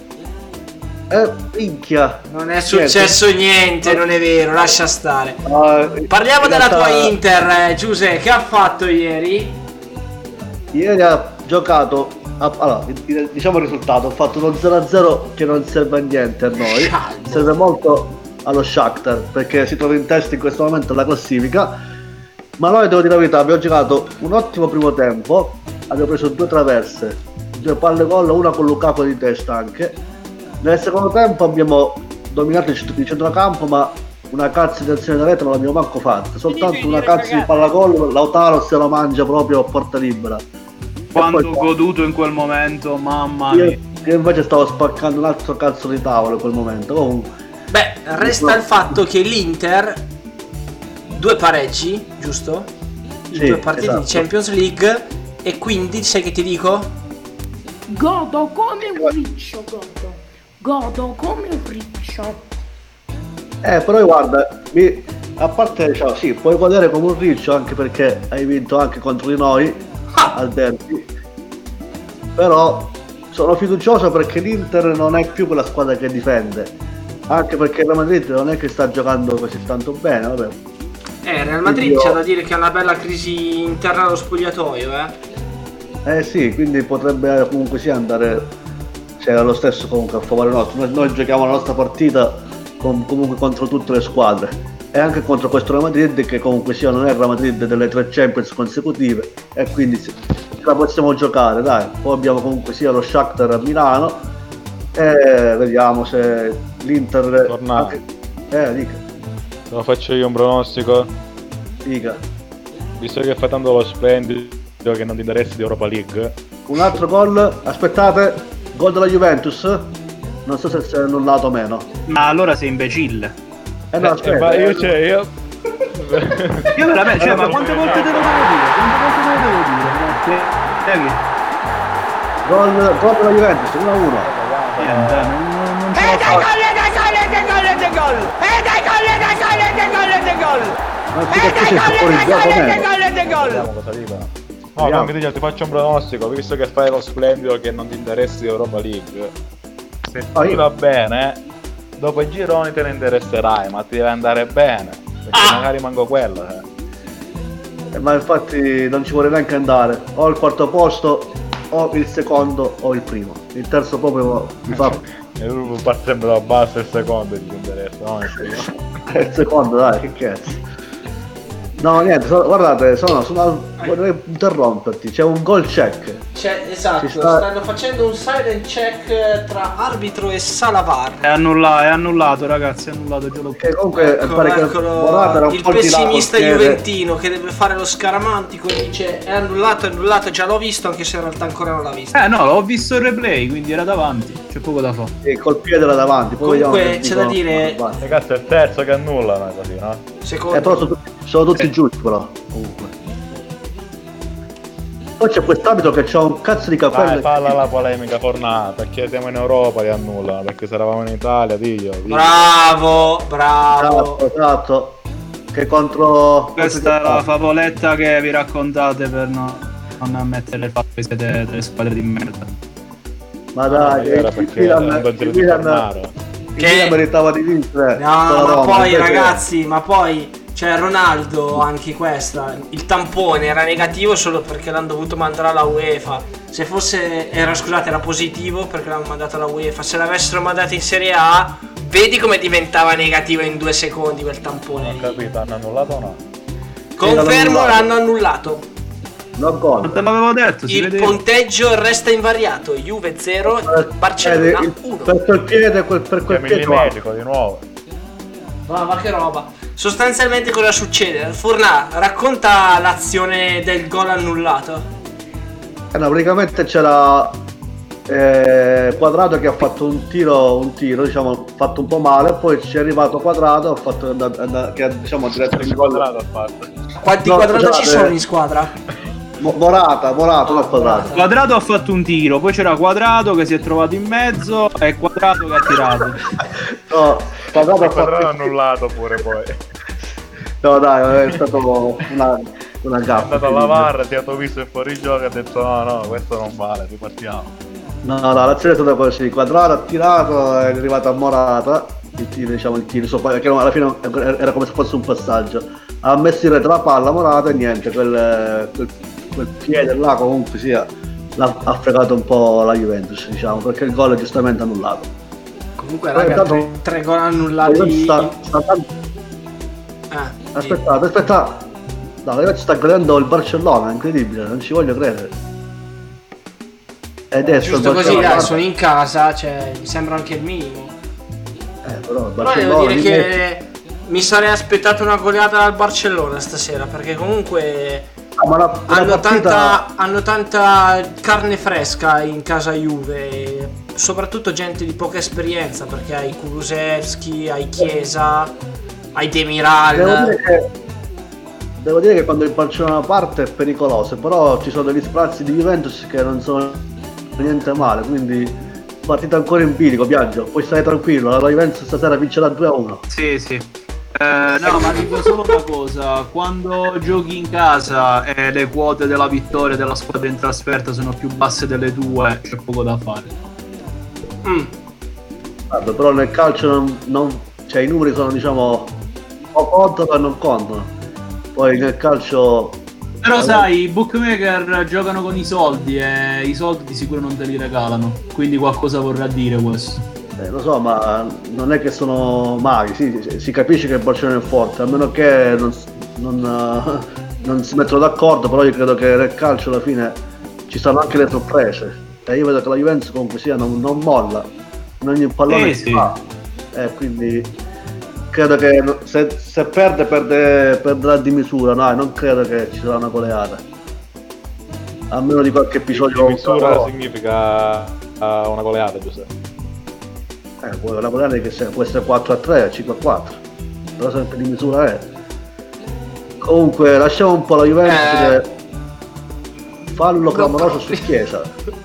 Minchia. Non è successo niente, non è vero, lascia stare. Parliamo della tua Inter, Giuseppe, che ha fatto ieri? Ieri ha giocato, allora, diciamo il risultato, ho fatto uno 0-0 che non serve a niente a noi, serve molto allo Shakhtar perché si trova in testa in questo momento alla classifica, ma noi devo dire la verità, abbiamo giocato un ottimo primo tempo, abbiamo preso 2 traverse, 2 palle gol, una con Lukaku di testa anche. Nel secondo tempo abbiamo dominato il centrocampo, ma una cazzo di azione da rete non l'abbiamo manco fatta, soltanto una cazzo di palla gol, Lautaro se la mangia proprio a porta libera. Quanto ho goduto in quel momento, mamma mia. Io invece stavo spaccando un altro cazzo di tavolo in quel momento. Comunque. Beh, resta il fatto che l'Inter 2 pareggi, giusto? In 2 partite esatto. di Champions League, e quindi sai che ti dico? Godo come un riccio, godo come un riccio. Però guarda, a parte diciamo, sì, puoi godere come un riccio anche perché hai vinto anche contro di noi al derby, però sono fiducioso perché l'Inter non è più quella squadra che difende, anche perché il Real Madrid non è che sta giocando così tanto bene, vabbè. Real Madrid c'è da dire che ha una bella crisi interna allo spogliatoio, sì, quindi potrebbe comunque sia andare, cioè allo stesso comunque a favore nostro. Noi giochiamo la nostra partita comunque contro tutte le squadre e anche contro questo Real Madrid che comunque sia non è il Real Madrid delle 3 Champions consecutive, e quindi ce la possiamo giocare, dai. Poi abbiamo comunque sia lo Shakhtar a Milano e vediamo se l'Inter torna. Dica. Lo faccio io un pronostico? Dica. Visto che fai tanto lo splendido che non ti interessa di Europa League. Un altro gol, aspettate, gol della Juventus. Non so se si è annullato o meno. Ma allora sei imbecille. No, aspetta. Ma io io veramente, cioè, ma quante volte te lo devo dire? Gol della Juventus, 1-1. Niente, non ce la faccio. No, comunque ti faccio un pronostico, visto che fai lo splendido che non ti interessa di Europa League. Se ti va bene, dopo i gironi te ne interesserai, ma ti deve andare bene, perché magari manco quella. Ma infatti non ci vuole neanche andare, o il quarto posto, o il secondo, o il primo. Il terzo proprio mi fa... E lui parte sempre da basso, il secondo ti interessa, no? Il secondo, dai, che cazzo. No, niente, guardate, vorrei interromperti, c'è un goal check. Esatto, stanno facendo un silent check tra arbitro e sala VAR. È annullato, ragazzi, è annullato. Comunque pare che Morata era un il po' pessimista juventino che deve fare lo scaramantico e dice è annullato, già l'ho visto, anche se in realtà ancora non l'ha visto. No, l'ho visto il replay, quindi era davanti, c'è poco da fare. Col piede era davanti. Poi comunque c'è da dire, ragazzi, è il terzo che annullano così, no? Secondo però sono tutti giusti, però comunque. Poi c'è quest'abito che c'ha un cazzo di capello. Dai, falla la polemica Fornà, perché siamo in Europa li annullano, perché se eravamo in Italia, diglio. Bravo. Esatto. Che contro... Questa è la favoletta che vi raccontate per non ammettere il fatto che siete delle squadre di merda. Ma dai, il Milan meritava di vincere. No, ma poi ragazzi, cioè Ronaldo, anche questa, il tampone era negativo solo perché l'hanno dovuto mandare alla UEFA. Se fosse, era positivo perché l'hanno mandato alla UEFA. Se l'avessero mandato in Serie A, vedi come diventava negativo in 2 secondi quel tampone. Non ho capito, hanno annullato o no? Confermo, l'hanno annullato. Non conta. Non te l'avevo detto. Il punteggio resta invariato. Juve 0, Barcellona 1. Per quel piede, per quel piede medico di nuovo. Ma che roba. Sostanzialmente cosa succede? Fornà, racconta l'azione del gol annullato. No, praticamente c'era Quadrato che ha fatto un tiro, diciamo, fatto un po' male, poi ci è arrivato Quadrato, ha fatto che ha, diciamo, diretto il gol. Quanti Quadrato ci sono in squadra? Morata, non Quadrato. Quadrato ha fatto un tiro, poi c'era Quadrato che si è trovato in mezzo e Quadrato che ha tirato. No, Quadrato annullato pure poi. No dai, è stato una gaffa. È andato alla VAR, ti ha visto in fuorigioco e ha detto no, questo non vale, ripartiamo. No, l'azione è stata così, Quadrato ha tirato, è arrivato a Morata, il tiro, perché alla fine era come se fosse un passaggio. Ha messo in rete la palla Morata e niente, quel quel piede là comunque sia ha fregato un po' la Juventus, diciamo, perché il gol è giustamente annullato. Comunque raga, tre gol annullati. Aspetta. No, la Juventus sta credendo il Barcellona, è incredibile, non ci voglio credere. Ed è giusto così, sono in casa, cioè mi sembra anche il minimo. Però devo dire che mi sarei aspettato una goleata dal Barcellona stasera, perché comunque hanno tanta carne fresca in casa Juve, soprattutto gente di poca esperienza, perché hai Kulusevski, hai Chiesa, hai Demiral. Devo dire che quando il Barcellona parte è pericoloso, però ci sono degli sprazzi di Juventus che non sono niente male, quindi partita ancora in bilico, Biagio, puoi stare tranquillo, la Juventus stasera vincerà 2-1. Sì. No, ma dico solo una cosa, quando giochi in casa e le quote della vittoria della squadra in trasferta sono più basse delle tue, c'è poco da fare. Guarda, però nel calcio cioè i numeri sono, diciamo, o contano o non contano. Poi nel calcio... Però sai, i bookmaker giocano con i soldi e i soldi di sicuro non te li regalano, quindi qualcosa vorrà dire questo. Lo so, ma non è che sono maghi, sì, si capisce che il Barcellona è forte, a meno che non si mettono d'accordo, però io credo che nel calcio alla fine ci saranno anche le sorprese. E io vedo che la Juventus comunque sia non molla, in ogni pallone si fa. Quindi credo che se perderà di misura, no, non credo che ci sarà una goleata. A meno di qualche episodio. Di misura significa una goleata, Giuseppe. Una goleata che può essere 4-3, 5-4, però sempre di misura è. Comunque lasciamo un po' la Juventus che fallo clamoroso su Chiesa.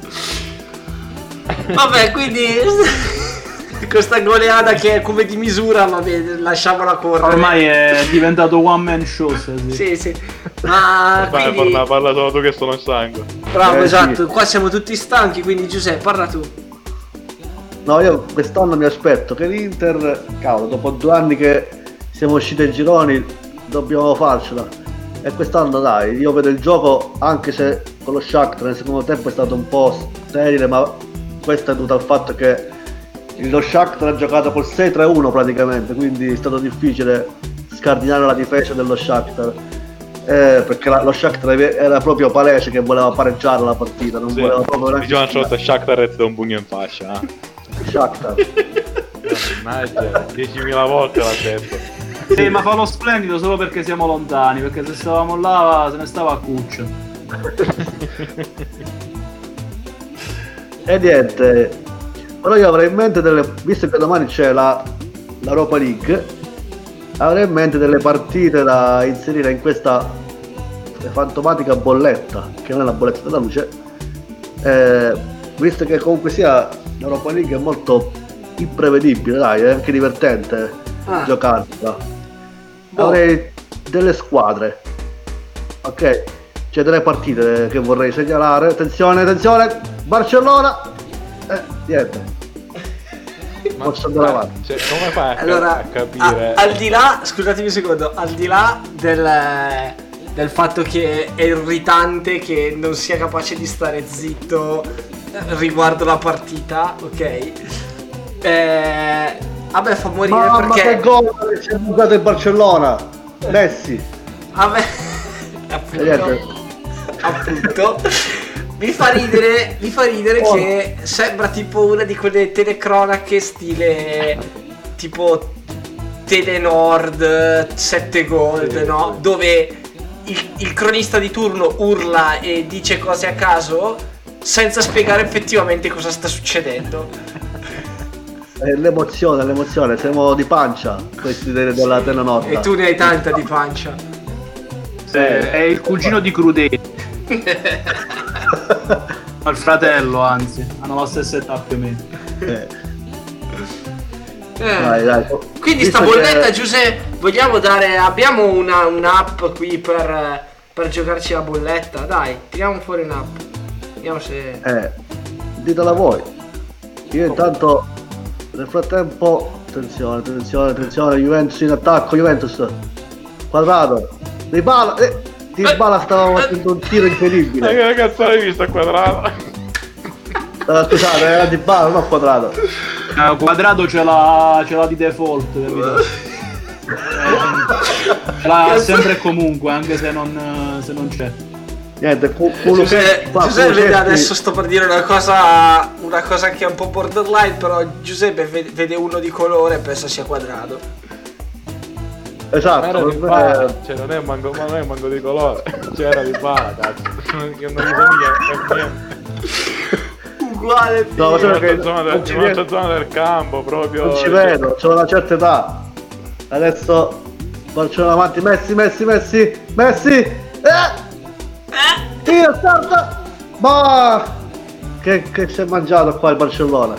Vabbè, quindi questa goleata che è come di misura, vabbè, lasciamola correre. Ormai è diventato one man show. Sì. Ma quindi... parla solo tu che sono in sangue. Bravo, esatto, qua siamo tutti stanchi, quindi Giuseppe, parla tu. No, io quest'anno mi aspetto che l'Inter, cavolo, dopo 2 anni che siamo usciti ai gironi, dobbiamo farcela. E quest'anno dai, io vedo il gioco, anche se con lo Shakhtar nel secondo tempo è stato un po' sterile, ma questo è dovuto al fatto che lo Shakhtar ha giocato col 6-3-1 praticamente, quindi è stato difficile scardinare la difesa dello Shakhtar. Perché lo Shakhtar era proprio palese che voleva pareggiare la partita, non voleva proprio... Diciamo una volta Shakhtar è un pugno in fascia. Shakhtar. Immagina, 10.000 volte l'ha detto. Sì, ma fa lo splendido solo perché siamo lontani, perché se stavamo là se ne stava a cuccia. E niente, però io avrei in mente visto che domani c'è l'Europa League, avrei in mente delle partite da inserire in questa fantomatica bolletta, che non è la bolletta della luce, visto che comunque sia l'Europa League è molto imprevedibile, dai, è anche divertente giocarla. Avrei delle squadre, ok? C'è delle partite che vorrei segnalare. Attenzione, Barcellona, niente. Posso andare avanti. Cioè, come fai a capire? Al di là, scusatemi un secondo, al di là del fatto che è irritante che non sia capace di stare zitto riguardo la partita, ok? Vabbè, fa morire perché... Ma che gol si è bucato il Barcellona! Messi! Vabbè, appunto mi fa ridere che sembra tipo una di quelle telecronache stile tipo Telenord 7 Gold, no? Dove il cronista di turno urla e dice cose a caso senza spiegare effettivamente cosa sta succedendo. L'emozione, siamo di pancia questi della Telenord. E tu ne hai tanta di pancia. È il cugino di Crudeli. Il fratello, anzi, hanno la stessa età più o meno. Dai. Quindi sta bolletta, Giuseppe, vogliamo dare... Abbiamo un'app qui per giocarci la bolletta. Dai, tiriamo fuori un'app. Vediamo se... ditela voi. Io intanto nel frattempo... Attenzione, Juventus in attacco, Juventus. Quadrato. Ripala. Dybala stava facendo un tiro incredibile. Che cazzo l'hai visto a Quadrato? Scusate, era Dybala, non Quadrato. Quadrato ce l'ha di default, capito? Ce l'ha sempre e comunque, anche se non c'è. Niente, Giuseppe vede, adesso sto per dire una cosa che è un po' borderline, però Giuseppe vede uno di colore e pensa sia Quadrato. Esatto, cioè non è manco di colore, c'era Dybala, cazzo. Che non mi somiglia per niente. Uguale, no, in un'altra zona del campo proprio. Non ci vedo, c'ho una certa età. Adesso faccio avanti, Messi. Io starta. Ma che si è mangiato qua il Barcellona?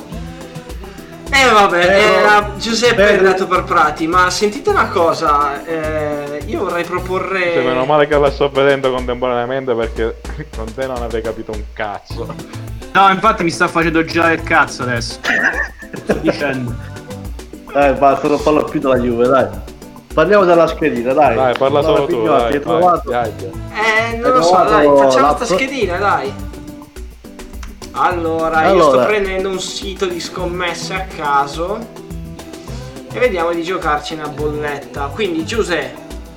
Vabbè, Giuseppe è andato per Prati, ma sentite una cosa, io vorrei proporre... Cioè, meno male che la sto vedendo contemporaneamente perché con te non avrei capito un cazzo. No, infatti mi sta facendo girare il cazzo adesso. Sto dicendo. Basta, non parlo più della Juve, dai. Parliamo della schedina, dai. Dai, parla solo tu, dai. Hai trovato? Non lo so, dai, facciamo sta schedina, dai. Allora, io sto prendendo un sito di scommesse a caso e vediamo di giocarci una bolletta. Quindi, Giuseppe,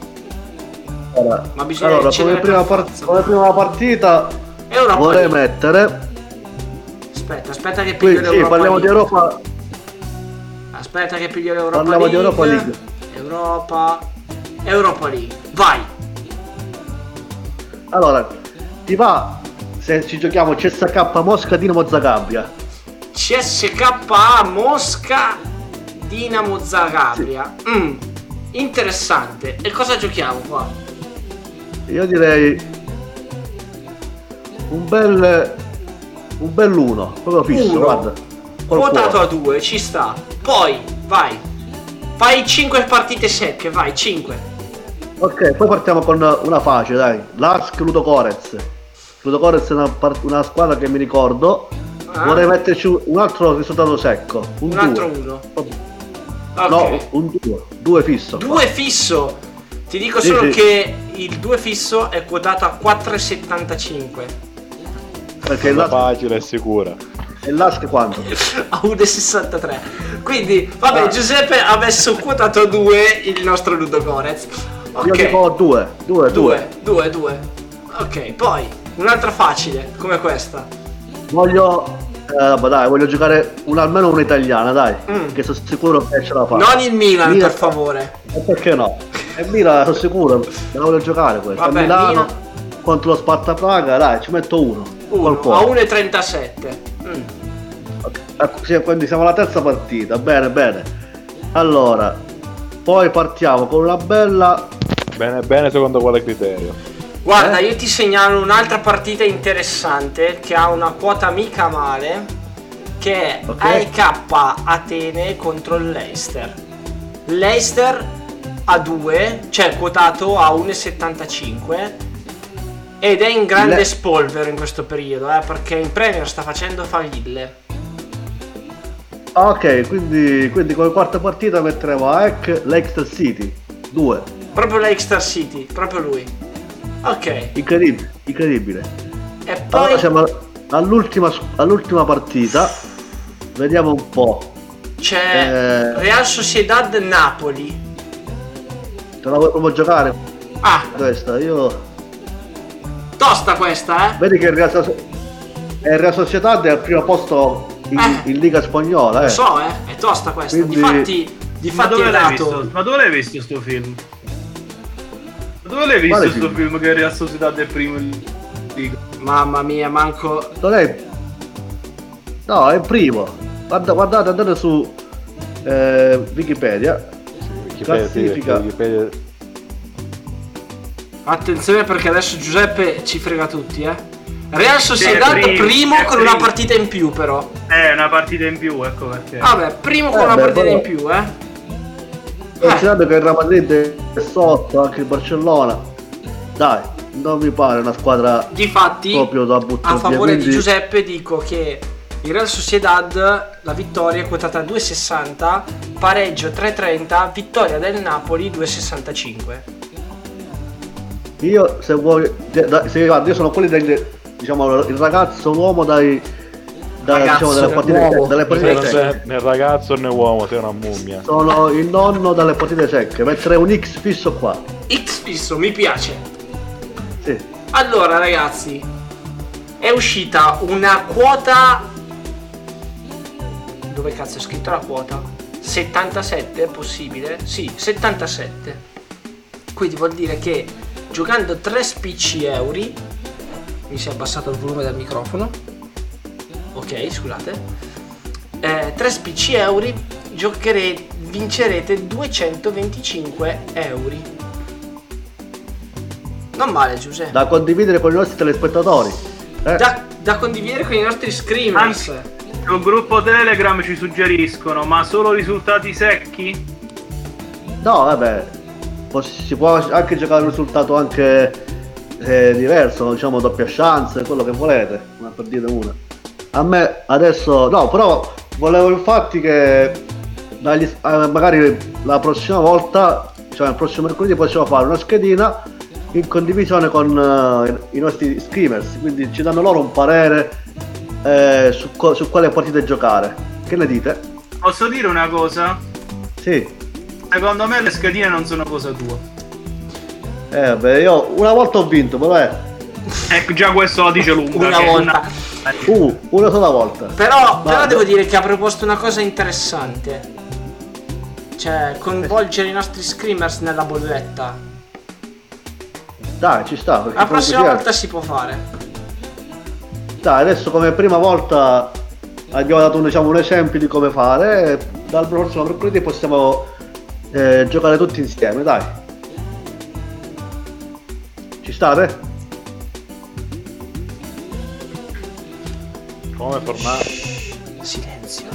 ma bisogna come prima partita vorrei mettere. Aspetta che piglio l'Europa. Sì, parliamo di Europa. Aspetta che piglio l'Europa Parliamo League. di Europa League. Europa League. Vai. Allora, ti va se ci giochiamo CSK Mosca Dinamo Zagabria? CSKA Mosca Dinamo Zagabria. Sì. Interessante. E cosa giochiamo qua? Io direi un bel 1, proprio fisso, guarda. Quotato a 2, ci sta. Poi, vai. Fai 5 partite secche, vai, 5. Ok, poi partiamo con una facile, dai. Lask Ludogorets. Ludogorets è una squadra che mi ricordo. Vorrei metterci un altro risultato secco. Un altro 1. Okay. No, un 2 fisso. 2 fisso. Ti dico solo che il 2 fisso è quotato a 4,75. Perché è facile e sicura. E l'Ask quanto? A 1,63. Quindi, vabbè, Giuseppe ha messo quotato a 2 il nostro Ludogorets. Ok. Io dico 2. Ok, poi un'altra facile, come questa. Voglio giocare almeno un'italiana, dai. Che sono sicuro che ce la fa. Non il Milan, per favore. E perché no? E Milan, sono sicuro, la voglio giocare questa. Vabbè, Milano contro lo Sparta Praga, dai, ci metto 1 a 1,37. Sì, quindi siamo alla terza partita, bene. Allora, poi partiamo con una bella... Bene, secondo quale criterio? Guarda, io ti segnalo un'altra partita interessante che ha una quota mica male, che è AEK Atene contro il Leicester. Leicester a 2, cioè quotato a 1,75 ed è in grande spolvero in questo periodo, perché in Premier sta facendo fallire. Ok, quindi come quarta partita metteremo AEK Leicester City 2. Proprio Leicester City, proprio lui. Ok. Incredibile. E poi allora siamo all'ultima partita. Vediamo un po'. C'è Real Sociedad Napoli. Te la vuoi proprio giocare? Questa, io... Tosta questa, Vedi che il Real Sociedad è al primo posto in Liga Spagnola, Lo so, è tosta questa. Quindi... Difatti è dato. Ma dove l'hai visto sto film? Dove l'hai visto sto film che Real Sociedad è primo in Liga? Mamma mia, manco... Non è... No, è primo. Guardate, andate su Wikipedia. Classifica. Wikipedia. Attenzione perché adesso Giuseppe ci frega tutti, Real Sociedad primo con una partita in più, però. Una partita in più, ecco perché. Vabbè, primo con una partita in più, Considerando che il Real Madrid è sotto, anche il Barcellona. Dai, non mi pare una squadra difatti, proprio da buttare a favore via, di Giuseppe dico che il Real Sociedad, la vittoria è quotata a 2,60, pareggio 3,30, vittoria del Napoli 2,65. Io se vuoi, se guarda, io sono quelli del, diciamo, il ragazzo, l'uomo diciamo, dalle partite secche. Né ragazzo né uomo, sei una mummia. Sono il nonno dalle partite secche, mettere un X fisso qua. X fisso, mi piace. Sì. Allora ragazzi, è uscita una quota. Dove cazzo è scritto la quota? 77 è possibile? Sì, 77. Quindi vuol dire che giocando 3 spicci euro, mi si è abbassato il volume del microfono. Ok, scusate. 3 spicci euro vincerete 225 euro. Non male, Giuseppe. Da condividere con i nostri telespettatori. Da condividere con i nostri screamers. Sul gruppo Telegram ci suggeriscono, ma solo risultati secchi? No, vabbè, si può anche giocare un risultato anche diverso, diciamo doppia chance, quello che volete, ma per dire una. A me adesso, no, però volevo infatti che magari la prossima volta, cioè il prossimo mercoledì, possiamo fare una schedina in condivisione con i nostri screamers, quindi ci danno loro un parere su quale partite giocare. Che ne dite? Posso dire una cosa? Sì. Secondo me le schedine non sono cosa tua. Beh, io una volta ho vinto, però ecco, già questo la dice lunga. Una volta. Una sola volta. Però devo dire che ha proposto una cosa interessante. Cioè, coinvolgere i nostri screamers nella bolletta. Dai, ci sta. La prossima volta si può fare. Dai, adesso come prima volta abbiamo dato un esempio di come fare, e dal prossimo mercoledì possiamo giocare tutti insieme, dai. Ci state? Come formare? Silenzio.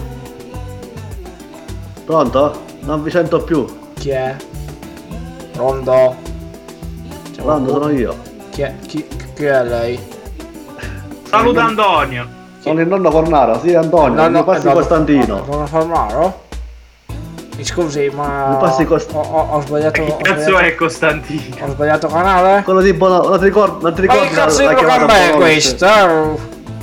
Pronto? Non vi sento più. Chi è? Pronto? Pronto, sono io. Chi è lei? Saluta Antonio. Sono il nonno Fornaro, sì Antonio, mi passi Costantino. Nonno Fornaro? Mi scusi, ma mi passi ho sbagliato. Che cazzo è Costantino? Ho sbagliato canale? Quello di Bono, non ti ricordi? Ma che cazzo di programma è questo?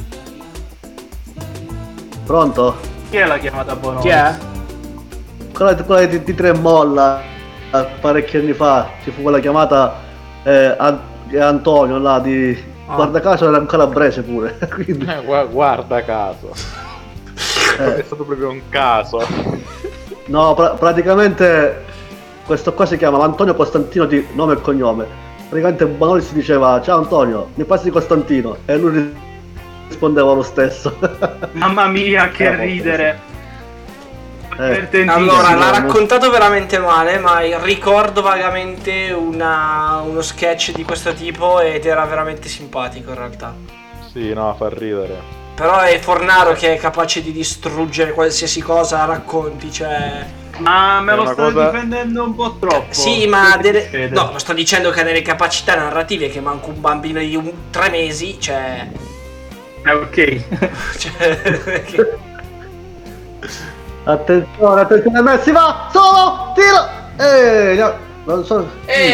Pronto? Chi è la chiamata Bono? Chi è? Quella di Tre Molla, parecchi anni fa, ci fu quella chiamata Antonio là di... Guarda caso era un calabrese pure. Quindi... guarda caso. È stato proprio un caso. No, praticamente questo qua si chiama Antonio Costantino di nome e cognome. Praticamente Bonoli si diceva ciao Antonio, mi passi Costantino, e lui rispondeva lo stesso. Mamma mia, che ridere. Allora, l'ha raccontato veramente male, ma ricordo vagamente uno sketch di questo tipo ed era veramente simpatico in realtà. Sì, no, fa ridere. Però è Fornaro che è capace di distruggere qualsiasi cosa racconti, cioè... Ma me lo stai difendendo un po' troppo. Sì, ma no, lo sto dicendo che ha delle capacità narrative che manca un bambino di 3 mesi, cioè... Ok. Cioè... Attenzione, Messi va, solo, tiro, non so,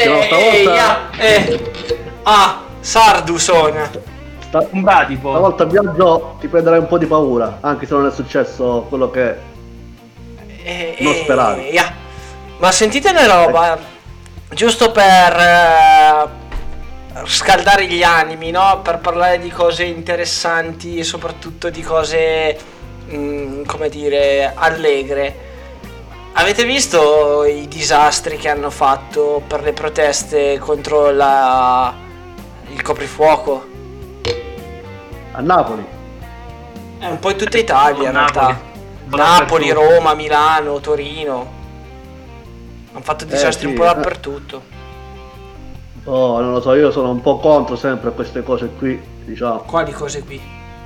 Sardusone. Stavolta viaggio ti prenderai un po' di paura, anche se non è successo quello che non speravi. Ma sentite una roba, giusto per scaldare gli animi, no? Per parlare di cose interessanti e soprattutto di cose... come dire, allegre. Avete visto i disastri che hanno fatto per le proteste contro il coprifuoco? A Napoli? Un po' in tutta Italia in realtà. Napoli, Roma, Milano, Torino. Hanno fatto disastri un po' dappertutto. Oh, non lo so, io sono un po' contro sempre queste cose qui, diciamo. Quali cose qui?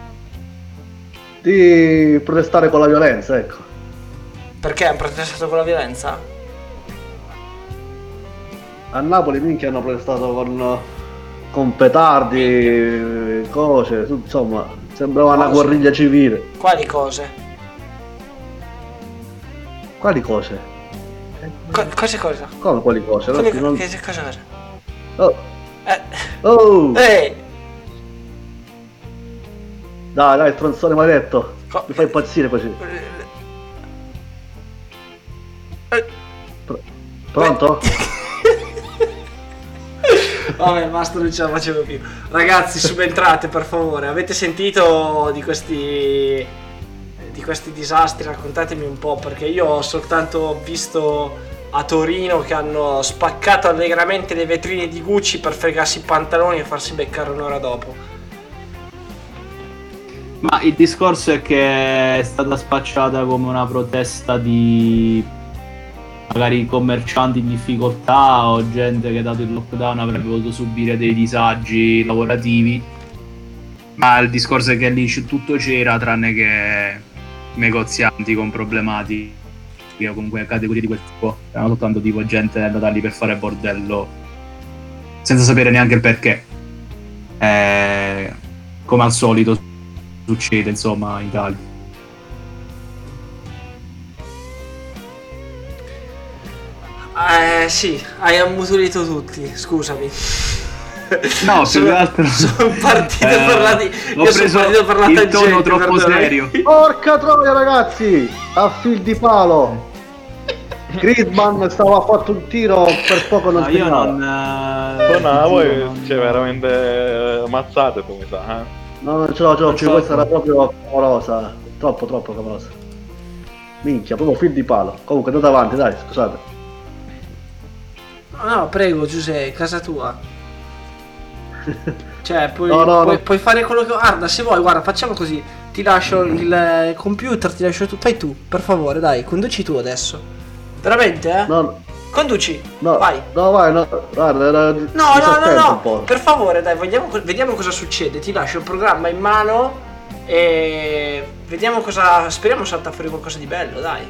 Di protestare con la violenza, ecco. Perché hanno protestato con la violenza? A Napoli minchia hanno protestato con petardi, cose, insomma, sembrava una guerriglia civile. Quali cose? Quali cose? Cosa? Come quali cose? Cosa? Oh, Oh! Dai, stronzone maledetto. Mi fai impazzire così. Pronto? Vabbè, basta, non ce la facevo più. Ragazzi, subentrate per favore. Avete sentito di questi disastri? Raccontatemi un po', perché io ho soltanto visto a Torino che hanno spaccato allegramente le vetrine di Gucci per fregarsi i pantaloni e farsi beccare un'ora dopo. Ma il discorso è che è stata spacciata come una protesta di magari commercianti in difficoltà o gente che dato il lockdown avrebbe potuto subire dei disagi lavorativi, ma il discorso è che lì tutto c'era tranne che negozianti con problematiche o comunque categorie di quel tipo. Erano soltanto tipo gente andata lì per fare bordello senza sapere neanche il perché, come al solito succede insomma in Italia. Sì, hai ammutolito tutti, scusami. No, più che altro sono partito ho preso il tono troppo serio. Porca troia ragazzi, a fil di palo. Griezmann stava fatto un tiro, per poco non io voi cioè veramente ammazzate tu mi sa, No, non ce l'ho, questa era proprio clamorosa. Troppo clamorosa. Minchia, proprio fil di palo. Comunque andate avanti, dai, scusate. No, prego Giuseppe, casa tua. Cioè, puoi fare quello che... Guarda, se vuoi, guarda, facciamo così. Ti lascio il computer, ti lascio tu. Fai tu, per favore, dai, conduci tu adesso. Veramente, eh? No. Conduci, no, vai. No, vai, no, guarda, no, per favore, dai, vediamo cosa succede. Ti lascio il programma in mano e vediamo cosa... Speriamo salta fuori qualcosa di bello, dai.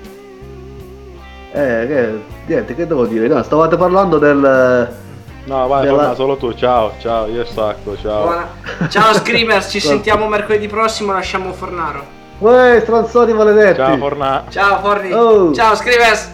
Niente, che devo dire? No, stavate parlando del... No, vai, torna solo tu, ciao, io stacco, ciao. Buona. Ciao Screamers, ci sentiamo mercoledì prossimo, lasciamo Fornaro. Uè, stronzoni maledetti. Ciao Fornaro. Ciao Forni. Ciao Screamers.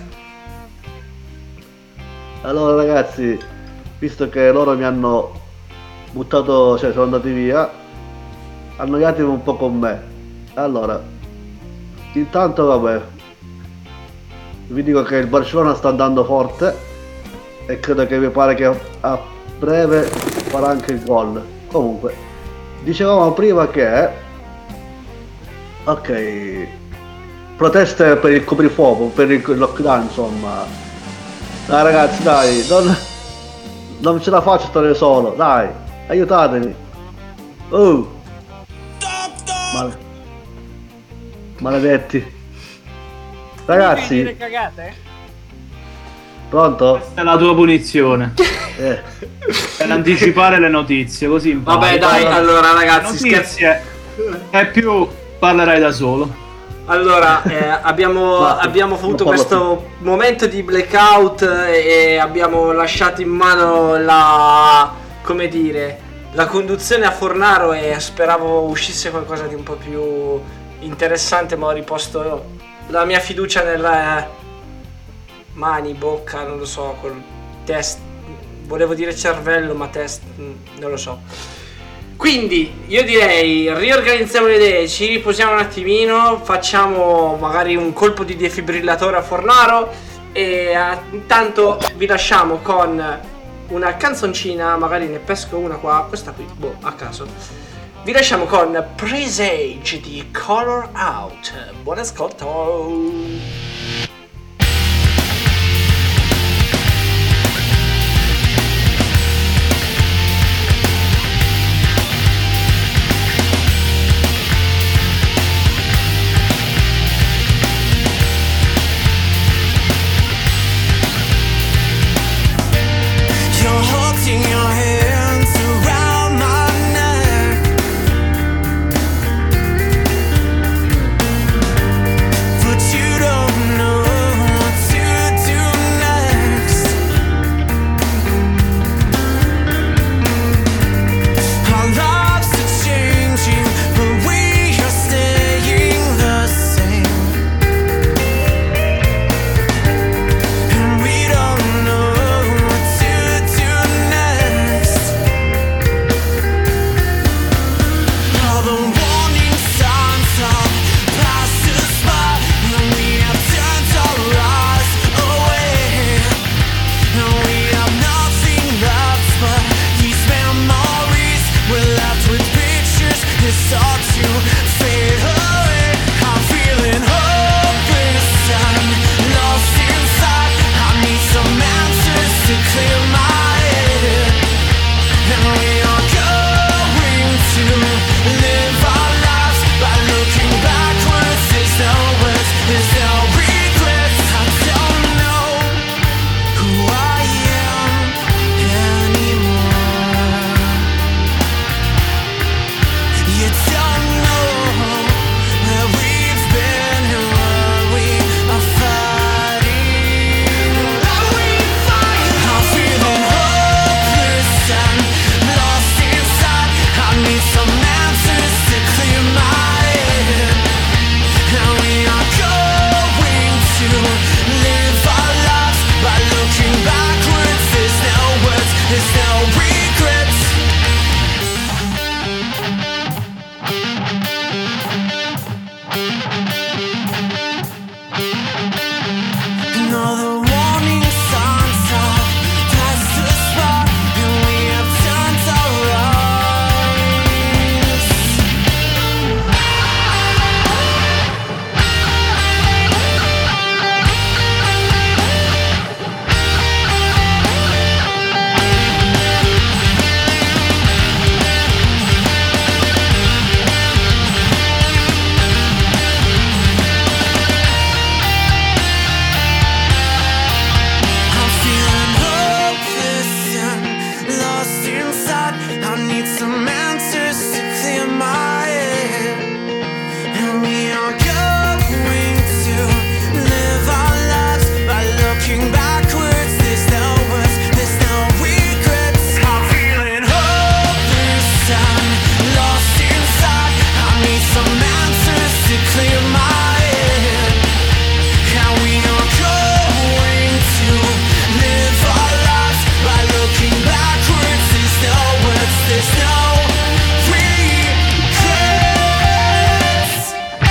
Allora ragazzi, visto che loro mi hanno buttato, cioè sono andati via, annoiatevi un po' con me. Allora, intanto vabbè, vi dico che il Barcellona sta andando forte e credo che mi pare che a breve farà anche il gol. Comunque, dicevamo prima che ok, proteste per il coprifuoco, per il lockdown, insomma. Dai ragazzi, dai, non ce la faccio stare solo, dai, aiutatemi. Maledetti. Ragazzi. Dire cagate? Pronto? Questa è la tua punizione. Per anticipare le notizie, così impari. Vabbè dai, allora ragazzi, notizie e più parlerai da solo. Allora, abbiamo avuto questo momento di blackout e abbiamo lasciato in mano la conduzione a Fornaro e speravo uscisse qualcosa di un po' più interessante, ma ho riposto la mia fiducia nelle mani, bocca, non lo so, col test, volevo dire cervello, ma test, non lo so. Quindi io direi riorganizziamo le idee, ci riposiamo un attimino, facciamo magari un colpo di defibrillatore a Fornaro e intanto vi lasciamo con una canzoncina, magari ne pesco una qua, questa qui, a caso. Vi lasciamo con Presage di Color Out. Buon ascolto. But you don't fade away. I'm feeling hopeless and lost inside. I need some answers to clear my head. And we are going to live our lives by looking backwards. There's no words, there's no regrets. I don't know who I am anymore. You don't know where we've been and what we are fighting. I'm feeling hopeless and lost inside. I need some answers to clear my head. And we are going to live our lives by looking backwards. There's no words, there's no regrets. And all the warning signs have passed us by, and we have turned our eyes. I'm feeling hopeless and lost inside. I need some answers to clear my head. And we are going to live our lives by looking backwards. There's no words, there's no regrets. I'm feeling hopeless and lost inside. I need some answers to clear my head. And we are going to live our lives by looking backwards. There's no words, there's no regrets.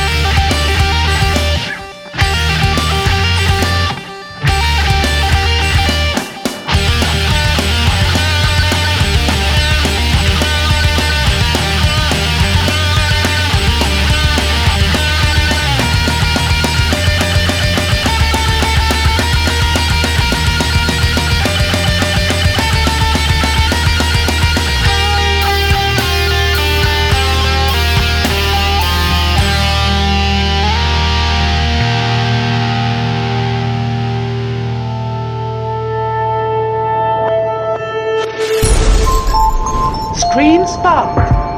Screen Spot.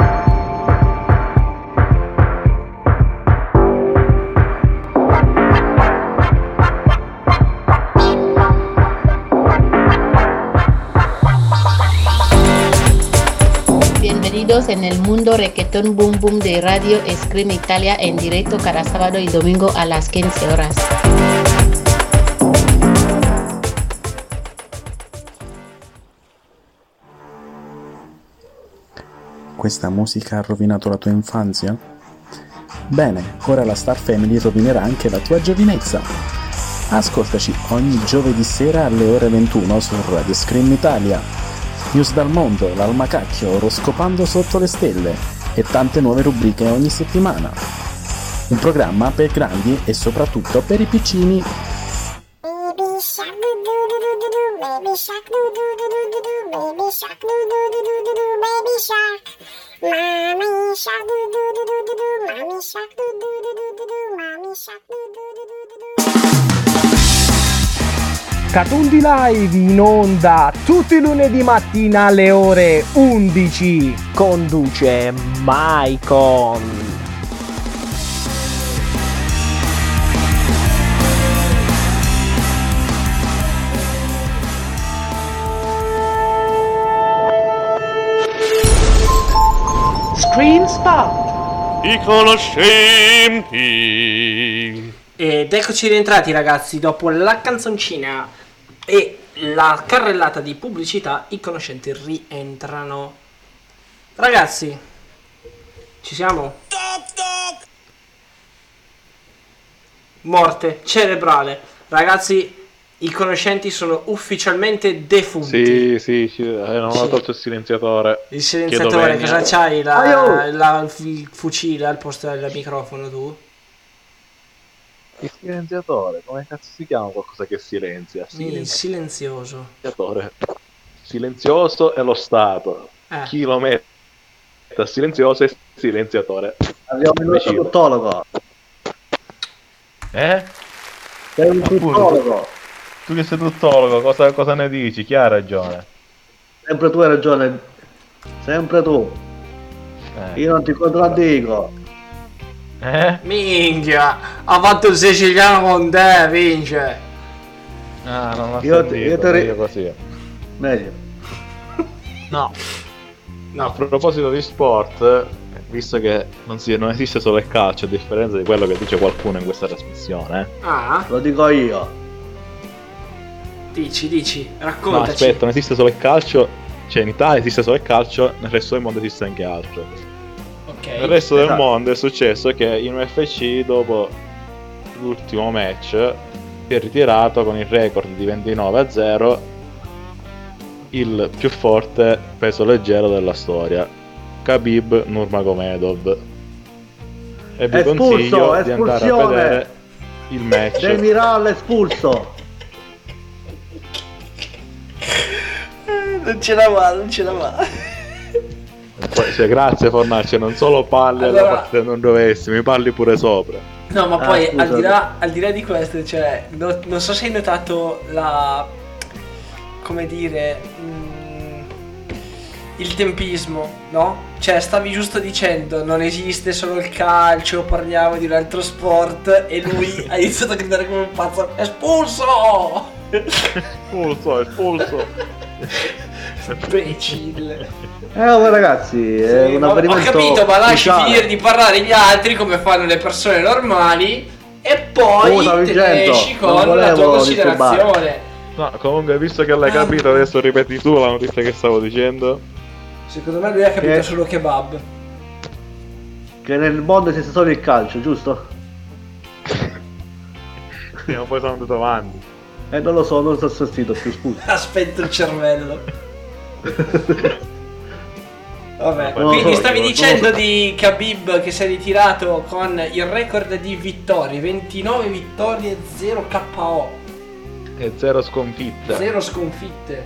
Bienvenidos en el mundo reggaetón boom boom de Radio Scream Italia en directo cada sábado y domingo a las 15 horas. Questa musica ha rovinato la tua infanzia? Bene, ora la Star Family rovinerà anche la tua giovinezza. Ascoltaci ogni giovedì sera alle ore 21 su Radio Scream Italia. News dal mondo, l'almacacchio, oroscopando sotto le stelle e tante nuove rubriche ogni settimana. Un programma per grandi e soprattutto per i piccini. Baby shark doo doo doo doo doo doo, baby shark doo doo doo doo doo doo, baby shark doo doo doo doo doo doo, baby shark. Mommy shark doo doo doo doo doo doo, mommy shark doo doo doo doo doo doo, mommy shark doo doo doo doo doo doo. Catundi Live in onda tutti i lunedì mattina alle ore 11. Conduce Maicon. Screen Spot. I conoscenti. Ed eccoci rientrati ragazzi, dopo la canzoncina e la carrellata di pubblicità, i conoscenti rientrano. Ragazzi, ci siamo? Morte cerebrale. Ragazzi, i conoscenti sono ufficialmente defunti. Sì, non ho tolto il silenziatore. Il silenziatore, cosa c'hai? Il fucile al posto del microfono tu? Il silenziatore, come cazzo si chiama qualcosa che silenzia? Il silenzioso. Silenzioso è lo Stato. Chi lo mette silenzioso è silenziatore. Abbiamo il tuttologo. Sei un tuttologo. Tu che sei tuttologo, cosa ne dici? Chi ha ragione? Sempre tu hai ragione. Sempre tu. Io non ti contraddico. Minchia, ha fatto il siciliano con te, vince. Non l'ho Io sentito, così. Meglio. No. A proposito di sport, visto che non esiste solo il calcio, a differenza di quello che dice qualcuno in questa trasmissione. Lo dico io. Dici, raccontaci. No, aspetta, non esiste solo il calcio, cioè in Italia esiste solo il calcio, nel resto del mondo esiste anche altro. Okay. Nel resto del mondo è successo che in UFC, dopo l'ultimo match, si è ritirato con il record di 29-0 il più forte peso leggero della storia, Khabib Nurmagomedov. E vi consiglio di andare a vedere il match. Demiral espulso. Non ce la va. Cioè, grazie Fornacci, non solo parli alla partita non dovessi, mi parli pure sopra. No, ma poi al di là di questo, cioè, non so se hai notato come dire, il tempismo, no? Cioè, stavi giusto dicendo non esiste solo il calcio, parliamo di un altro sport, e lui ha iniziato a gridare come un pazzo: espulso! Espulso. Imbecille. Ragazzi, è un avvenimento. Ho capito, ma lasci sociale. finire di parlare gli altri come fanno le persone normali e poi te ne esci con la tua considerazione. No, comunque, visto che l'hai capito, adesso ripeti tu la notizia che stavo dicendo. Secondo me lui ha capito solo kebab. Che nel mondo esiste solo il calcio, giusto? Sì, ma poi sono andato avanti. Non lo so, non sto sentito più, scusa. Aspetta il cervello. Vabbè, quindi stavi dicendo di Khabib che si è ritirato con il record di vittorie, 29 vittorie, 0 KO. E 0 sconfitte. 0 sconfitte.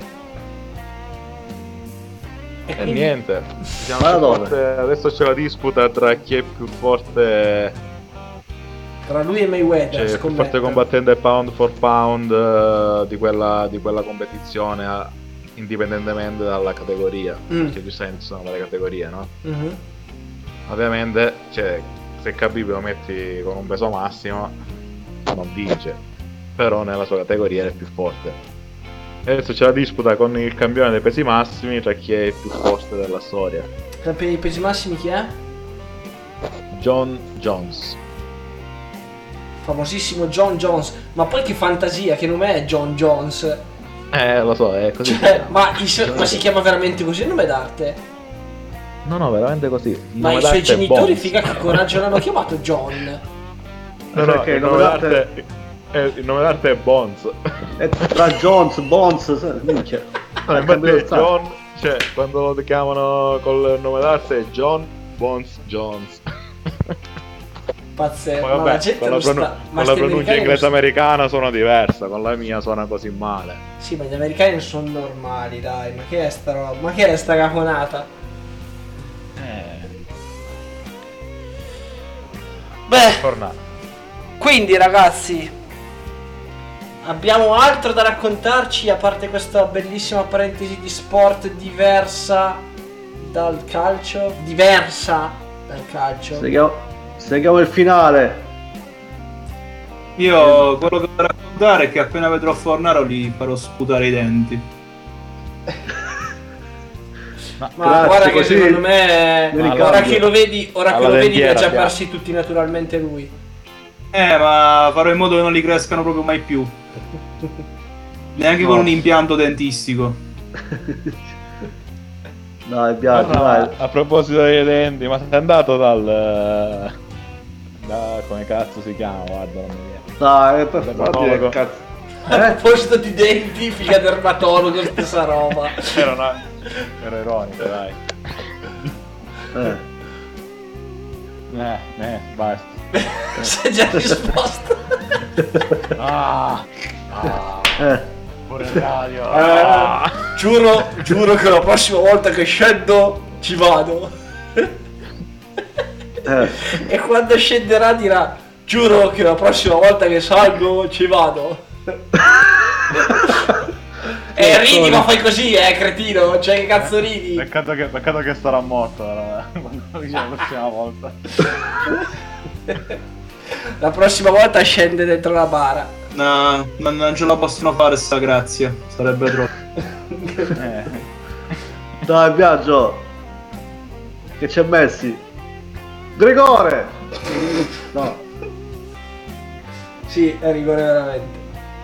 E quindi... niente. Adesso c'è la disputa tra chi è più forte. Tra lui e Mayweather, cioè, più forte combattente pound for pound di quella competizione, indipendentemente dalla categoria. Perché giustamente sono varie categorie, no? Ovviamente, cioè, se Khabib lo metti con un peso massimo non vince, però nella sua categoria è il più forte. E adesso c'è la disputa con il campione dei pesi massimi tra chi è il più forte della storia. Il campione dei pesi massimi chi è? John Jones. Famosissimo John Jones. Ma poi che fantasia, che nome è John Jones? Lo so, è così. Cioè, ma si chiama veramente così il nome d'arte? No, veramente così. Ma i suoi genitori, figa, che coraggio l'hanno chiamato John? No, il nome d'arte è Bones. È tra Jones, Bones, minchia. No, infatti John, cioè, quando lo chiamano col nome d'arte è John Bones Jones. Pazzesco. Poi, vabbè, con la pronuncia inglese americana suona diversa, con la mia suona così male. Sì, ma gli americani non sono normali, dai. Ma che è sta roba? Ma che è sta caponata? Beh, quindi ragazzi, abbiamo altro da raccontarci a parte questa bellissima parentesi di sport diversa dal calcio? Diversa dal calcio. Seguiamo il finale. Io quello che devo raccontare è che appena vedrò Fornaro gli farò sputare i denti. Ma guarda che secondo me ora che lo vedi ha già persi tutti naturalmente lui. Ma farò in modo che non li crescano proprio mai più. Neanche con un impianto dentistico. Dai, dai. A proposito dei denti, ma sei andato come cazzo si chiama? Guarda, non mi viene. Dai, per favore, cazzo. Al posto di denti, figa dermatologo, stessa roba. Era ironico, dai. Basta. Sei già risposto. Pure il radio. Giuro che la prossima volta che scendo ci vado. E quando scenderà dirà: giuro che la prossima volta che salgo ci vado. Ridi, ma fai così, cretino. Cioè, che cazzo ridi? Peccato che sarà morto quando lo dice la prossima volta. La prossima volta scende dentro la bara. No, non ce la possono fare sta grazia. Sarebbe troppo. Dai, Biagio. Che c'è Messi? Gregore! No. Sì, è rigore veramente.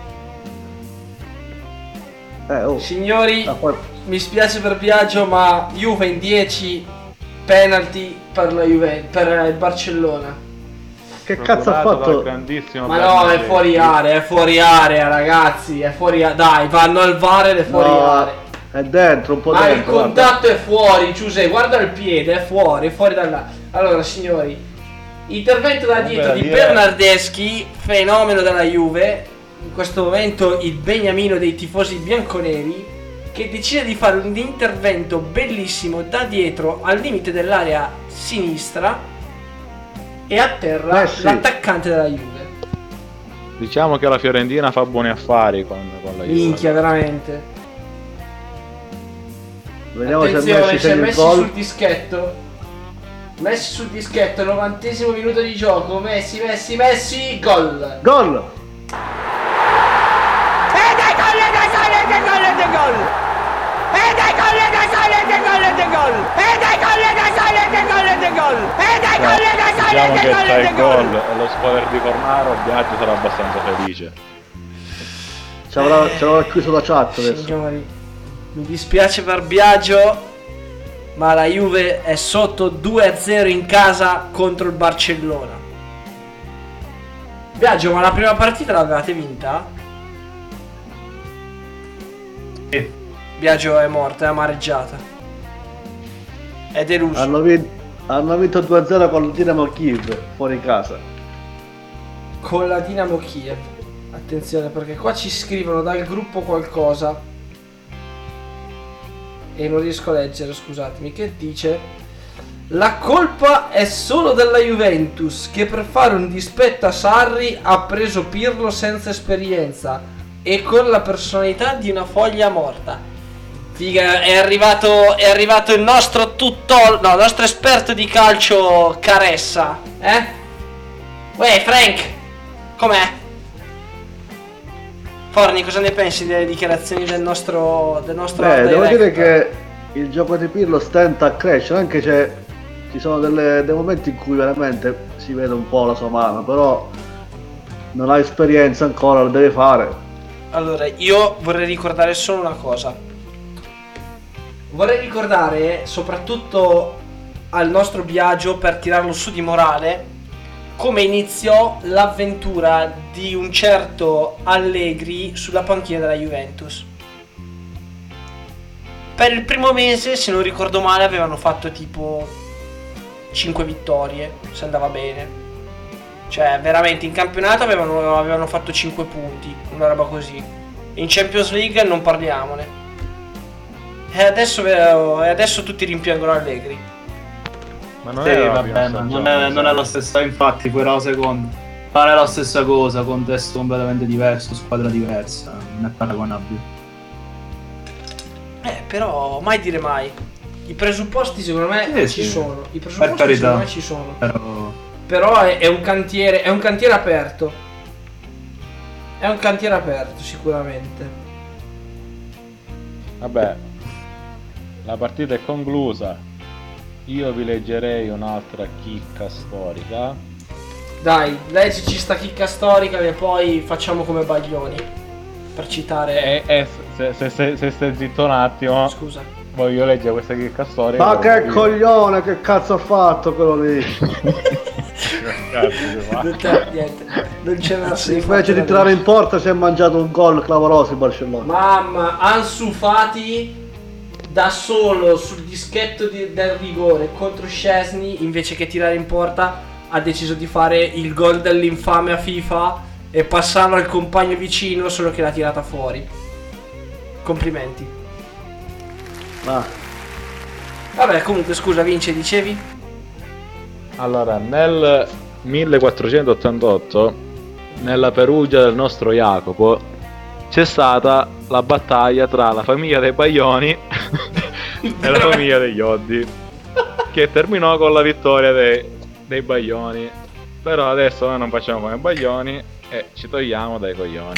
Signori, mi spiace per Biagio, ma Juve in 10 penalty per la Juve, per il Barcellona. Che cazzo ha fatto? Ma no, è fuori area, ragazzi, è fuori area. Dai, vanno al VAR ed è fuori area. È dentro, un po' ma dentro. Ma il contatto è fuori, Giuseppe, guarda il piede, è fuori da là. Allora, signori, intervento da dietro di Bernardeschi, fenomeno della Juve. In questo momento il beniamino dei tifosi bianconeri, che decide di fare un intervento bellissimo da dietro al limite dell'area sinistra e a terra l'attaccante della Juve. Diciamo che la Fiorentina fa buoni affari con la Juve. Minchia, veramente. Vediamo. Attenzione, c'è Messi sul dischetto. Messi sul dischetto, 90° minuto di gioco. Messi, gol! Gol! Diciamo che c'è il gol e lo squadra di Fornaro, Biagio sarà abbastanza felice. Ci avrà chiuso la chat adesso. Signori, mi dispiace per Biagio, ma la Juve è sotto 2-0 in casa contro il Barcellona. Biagio, ma la prima partita l'avevate vinta? Sì. Biagio è morta, è amareggiata. È deluso. Hanno vinto 2-0 con il Dinamo Kiev, fuori casa. Con la Dinamo Kiev. Attenzione, perché qua ci scrivono dal gruppo qualcosa e non riesco a leggere, scusatemi, che dice: la colpa è solo della Juventus, che per fare un dispetto a Sarri ha preso Pirlo senza esperienza e con la personalità di una foglia morta. Figa, è arrivato il nostro il nostro esperto di calcio Caressa, Uè, Frank, com'è? Forni, cosa ne pensi delle dichiarazioni del nostro devo dire che il gioco di Pirlo stenta a crescere, anche ci sono dei momenti in cui veramente si vede un po' la sua mano, però non ha esperienza ancora, lo deve fare. Allora, io vorrei ricordare solo una cosa. Vorrei ricordare soprattutto al nostro Biagio, per tirarlo su di morale, come iniziò l'avventura di un certo Allegri sulla panchina della Juventus. Per il primo mese, se non ricordo male, avevano fatto tipo 5 vittorie, se andava bene. Cioè, veramente, in campionato avevano fatto 5 punti, una roba così. In Champions League non parliamone. E adesso tutti rimpiangono Allegri. Ma non non è la stessa, infatti poi era la seconda. Non è la stessa cosa, contesto completamente diverso, squadra diversa, non è paragonabile. Però mai dire mai. I presupposti secondo me ci sono. I presupposti per carità, secondo me ci sono. Però è un cantiere aperto. È un cantiere aperto sicuramente. Vabbè, la partita è conclusa. Io vi leggerei un'altra chicca storica. Dai, leggici sta chicca storica e poi facciamo come Baglioni. Per citare... Se stai zitto un attimo. Scusa. Voglio leggere questa chicca storica. Ma che coglione, che cazzo ha fatto quello lì? Niente. Non c'è verso di invece di tirare in porta si è mangiato un gol clamoroso in Barcellona. Mamma, Ansu Fati da solo sul dischetto del rigore contro Szczesny, invece che tirare in porta ha deciso di fare il gol dell'infame a FIFA e passarlo al compagno vicino, solo che l'ha tirata fuori. Complimenti. Vabbè, comunque scusa Vince, dicevi? Allora, nel 1488 nella Perugia del nostro Jacopo c'è stata la battaglia tra la famiglia dei Baglioni e la famiglia degli Oddi, che terminò con la vittoria dei Baglioni. Però adesso noi non facciamo come Baglioni e ci togliamo dai coglioni.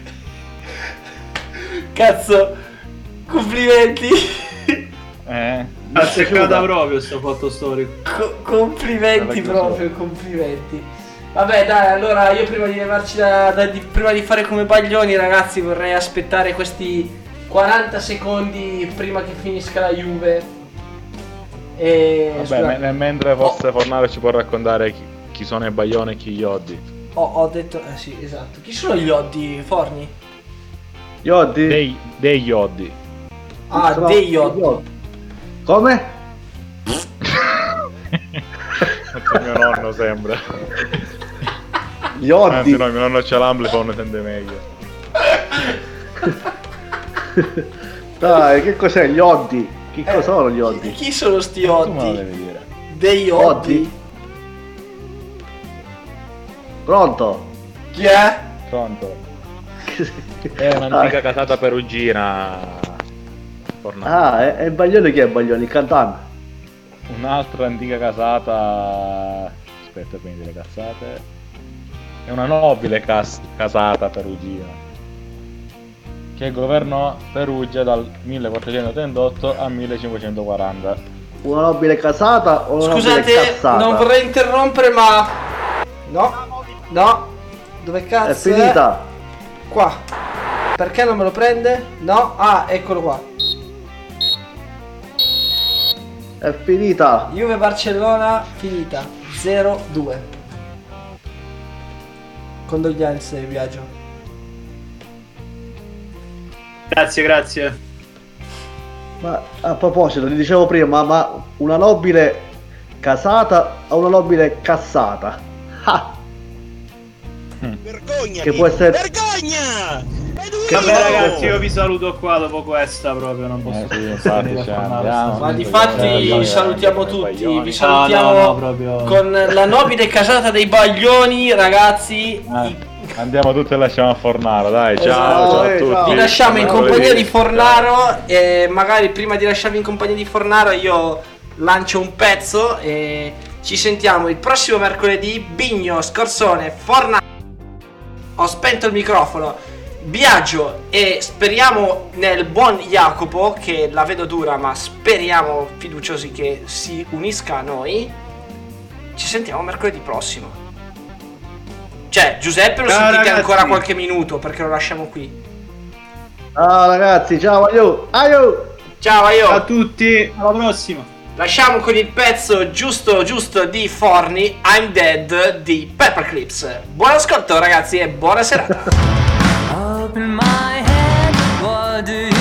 Cazzo, complimenti. Azzeccata proprio sto fatto storico. Complimenti proprio, complimenti. Vabbè dai, allora io prima di levarci prima di fare come Baglioni, ragazzi, vorrei aspettare questi 40 secondi prima che finisca la Juve. E vabbè, mentre forse Fornaro ci può raccontare chi sono i Baglioni e chi gli Oddi. Ho detto, sì, esatto. Chi sono gli Oddi, Forni? Gli Oddi? Degli Oddi. Ah, degli Oddi. Come? Mio nonno sembra. Gli Oddi. Anzi no, mio nonno c'ha l'ampliphone, sente meglio. Dai, che cos'è gli Oddi? Che cosa sono gli Oddi? Chi sono sti Oddi? Tu me lo devi dire. Degli Oddi? Pronto? Chi è? Pronto. È un'antica casata perugina. Ah, è Baglioni. Chi è Baglioni? Il cantante? Un'altra antica casata. Aspetta, quindi le cazzate. È una nobile casata perugina che governò Perugia dal 1438 al 1540. Una nobile casata o una nobile cazzata? Scusate, non vorrei interrompere, ma no, dove cazzo è finita? Qua. Perché non me lo prende? No, eccolo qua. È finita. Juve Barcellona finita 0-2. Condoglianze, Viaggio. Grazie. Ma a proposito, ti dicevo prima, ma una nobile casata o una nobile cassata? Vergogna! Che può essere... Vergogna! Vabbè ragazzi, io vi saluto qua dopo questa, proprio non posso Ma difatti salutiamo tutti, vi salutiamo proprio... con la nobile casata dei Baglioni, ragazzi. Andiamo tutti e lasciamo a Fornaro, dai, ciao a tutti. Vi lasciamo in compagnia di Fornaro e magari prima di lasciarvi in compagnia di Fornaro io lancio un pezzo e ci sentiamo il prossimo mercoledì. Bigno, Scorsone, Fornaro. Ho spento il microfono. Biagio e speriamo nel buon Jacopo, che la vedo dura ma speriamo fiduciosi che si unisca a noi. Ci sentiamo mercoledì prossimo. Cioè Giuseppe lo sentite ragazzi. Ancora qualche minuto perché lo lasciamo qui. Ciao ragazzi, ciao Aio. Ciao Aio a tutti, alla prossima. Lasciamo con il pezzo giusto di Forni, I'm Dead di Paperclips. Buon ascolto ragazzi e buona serata. Up in my head, what do you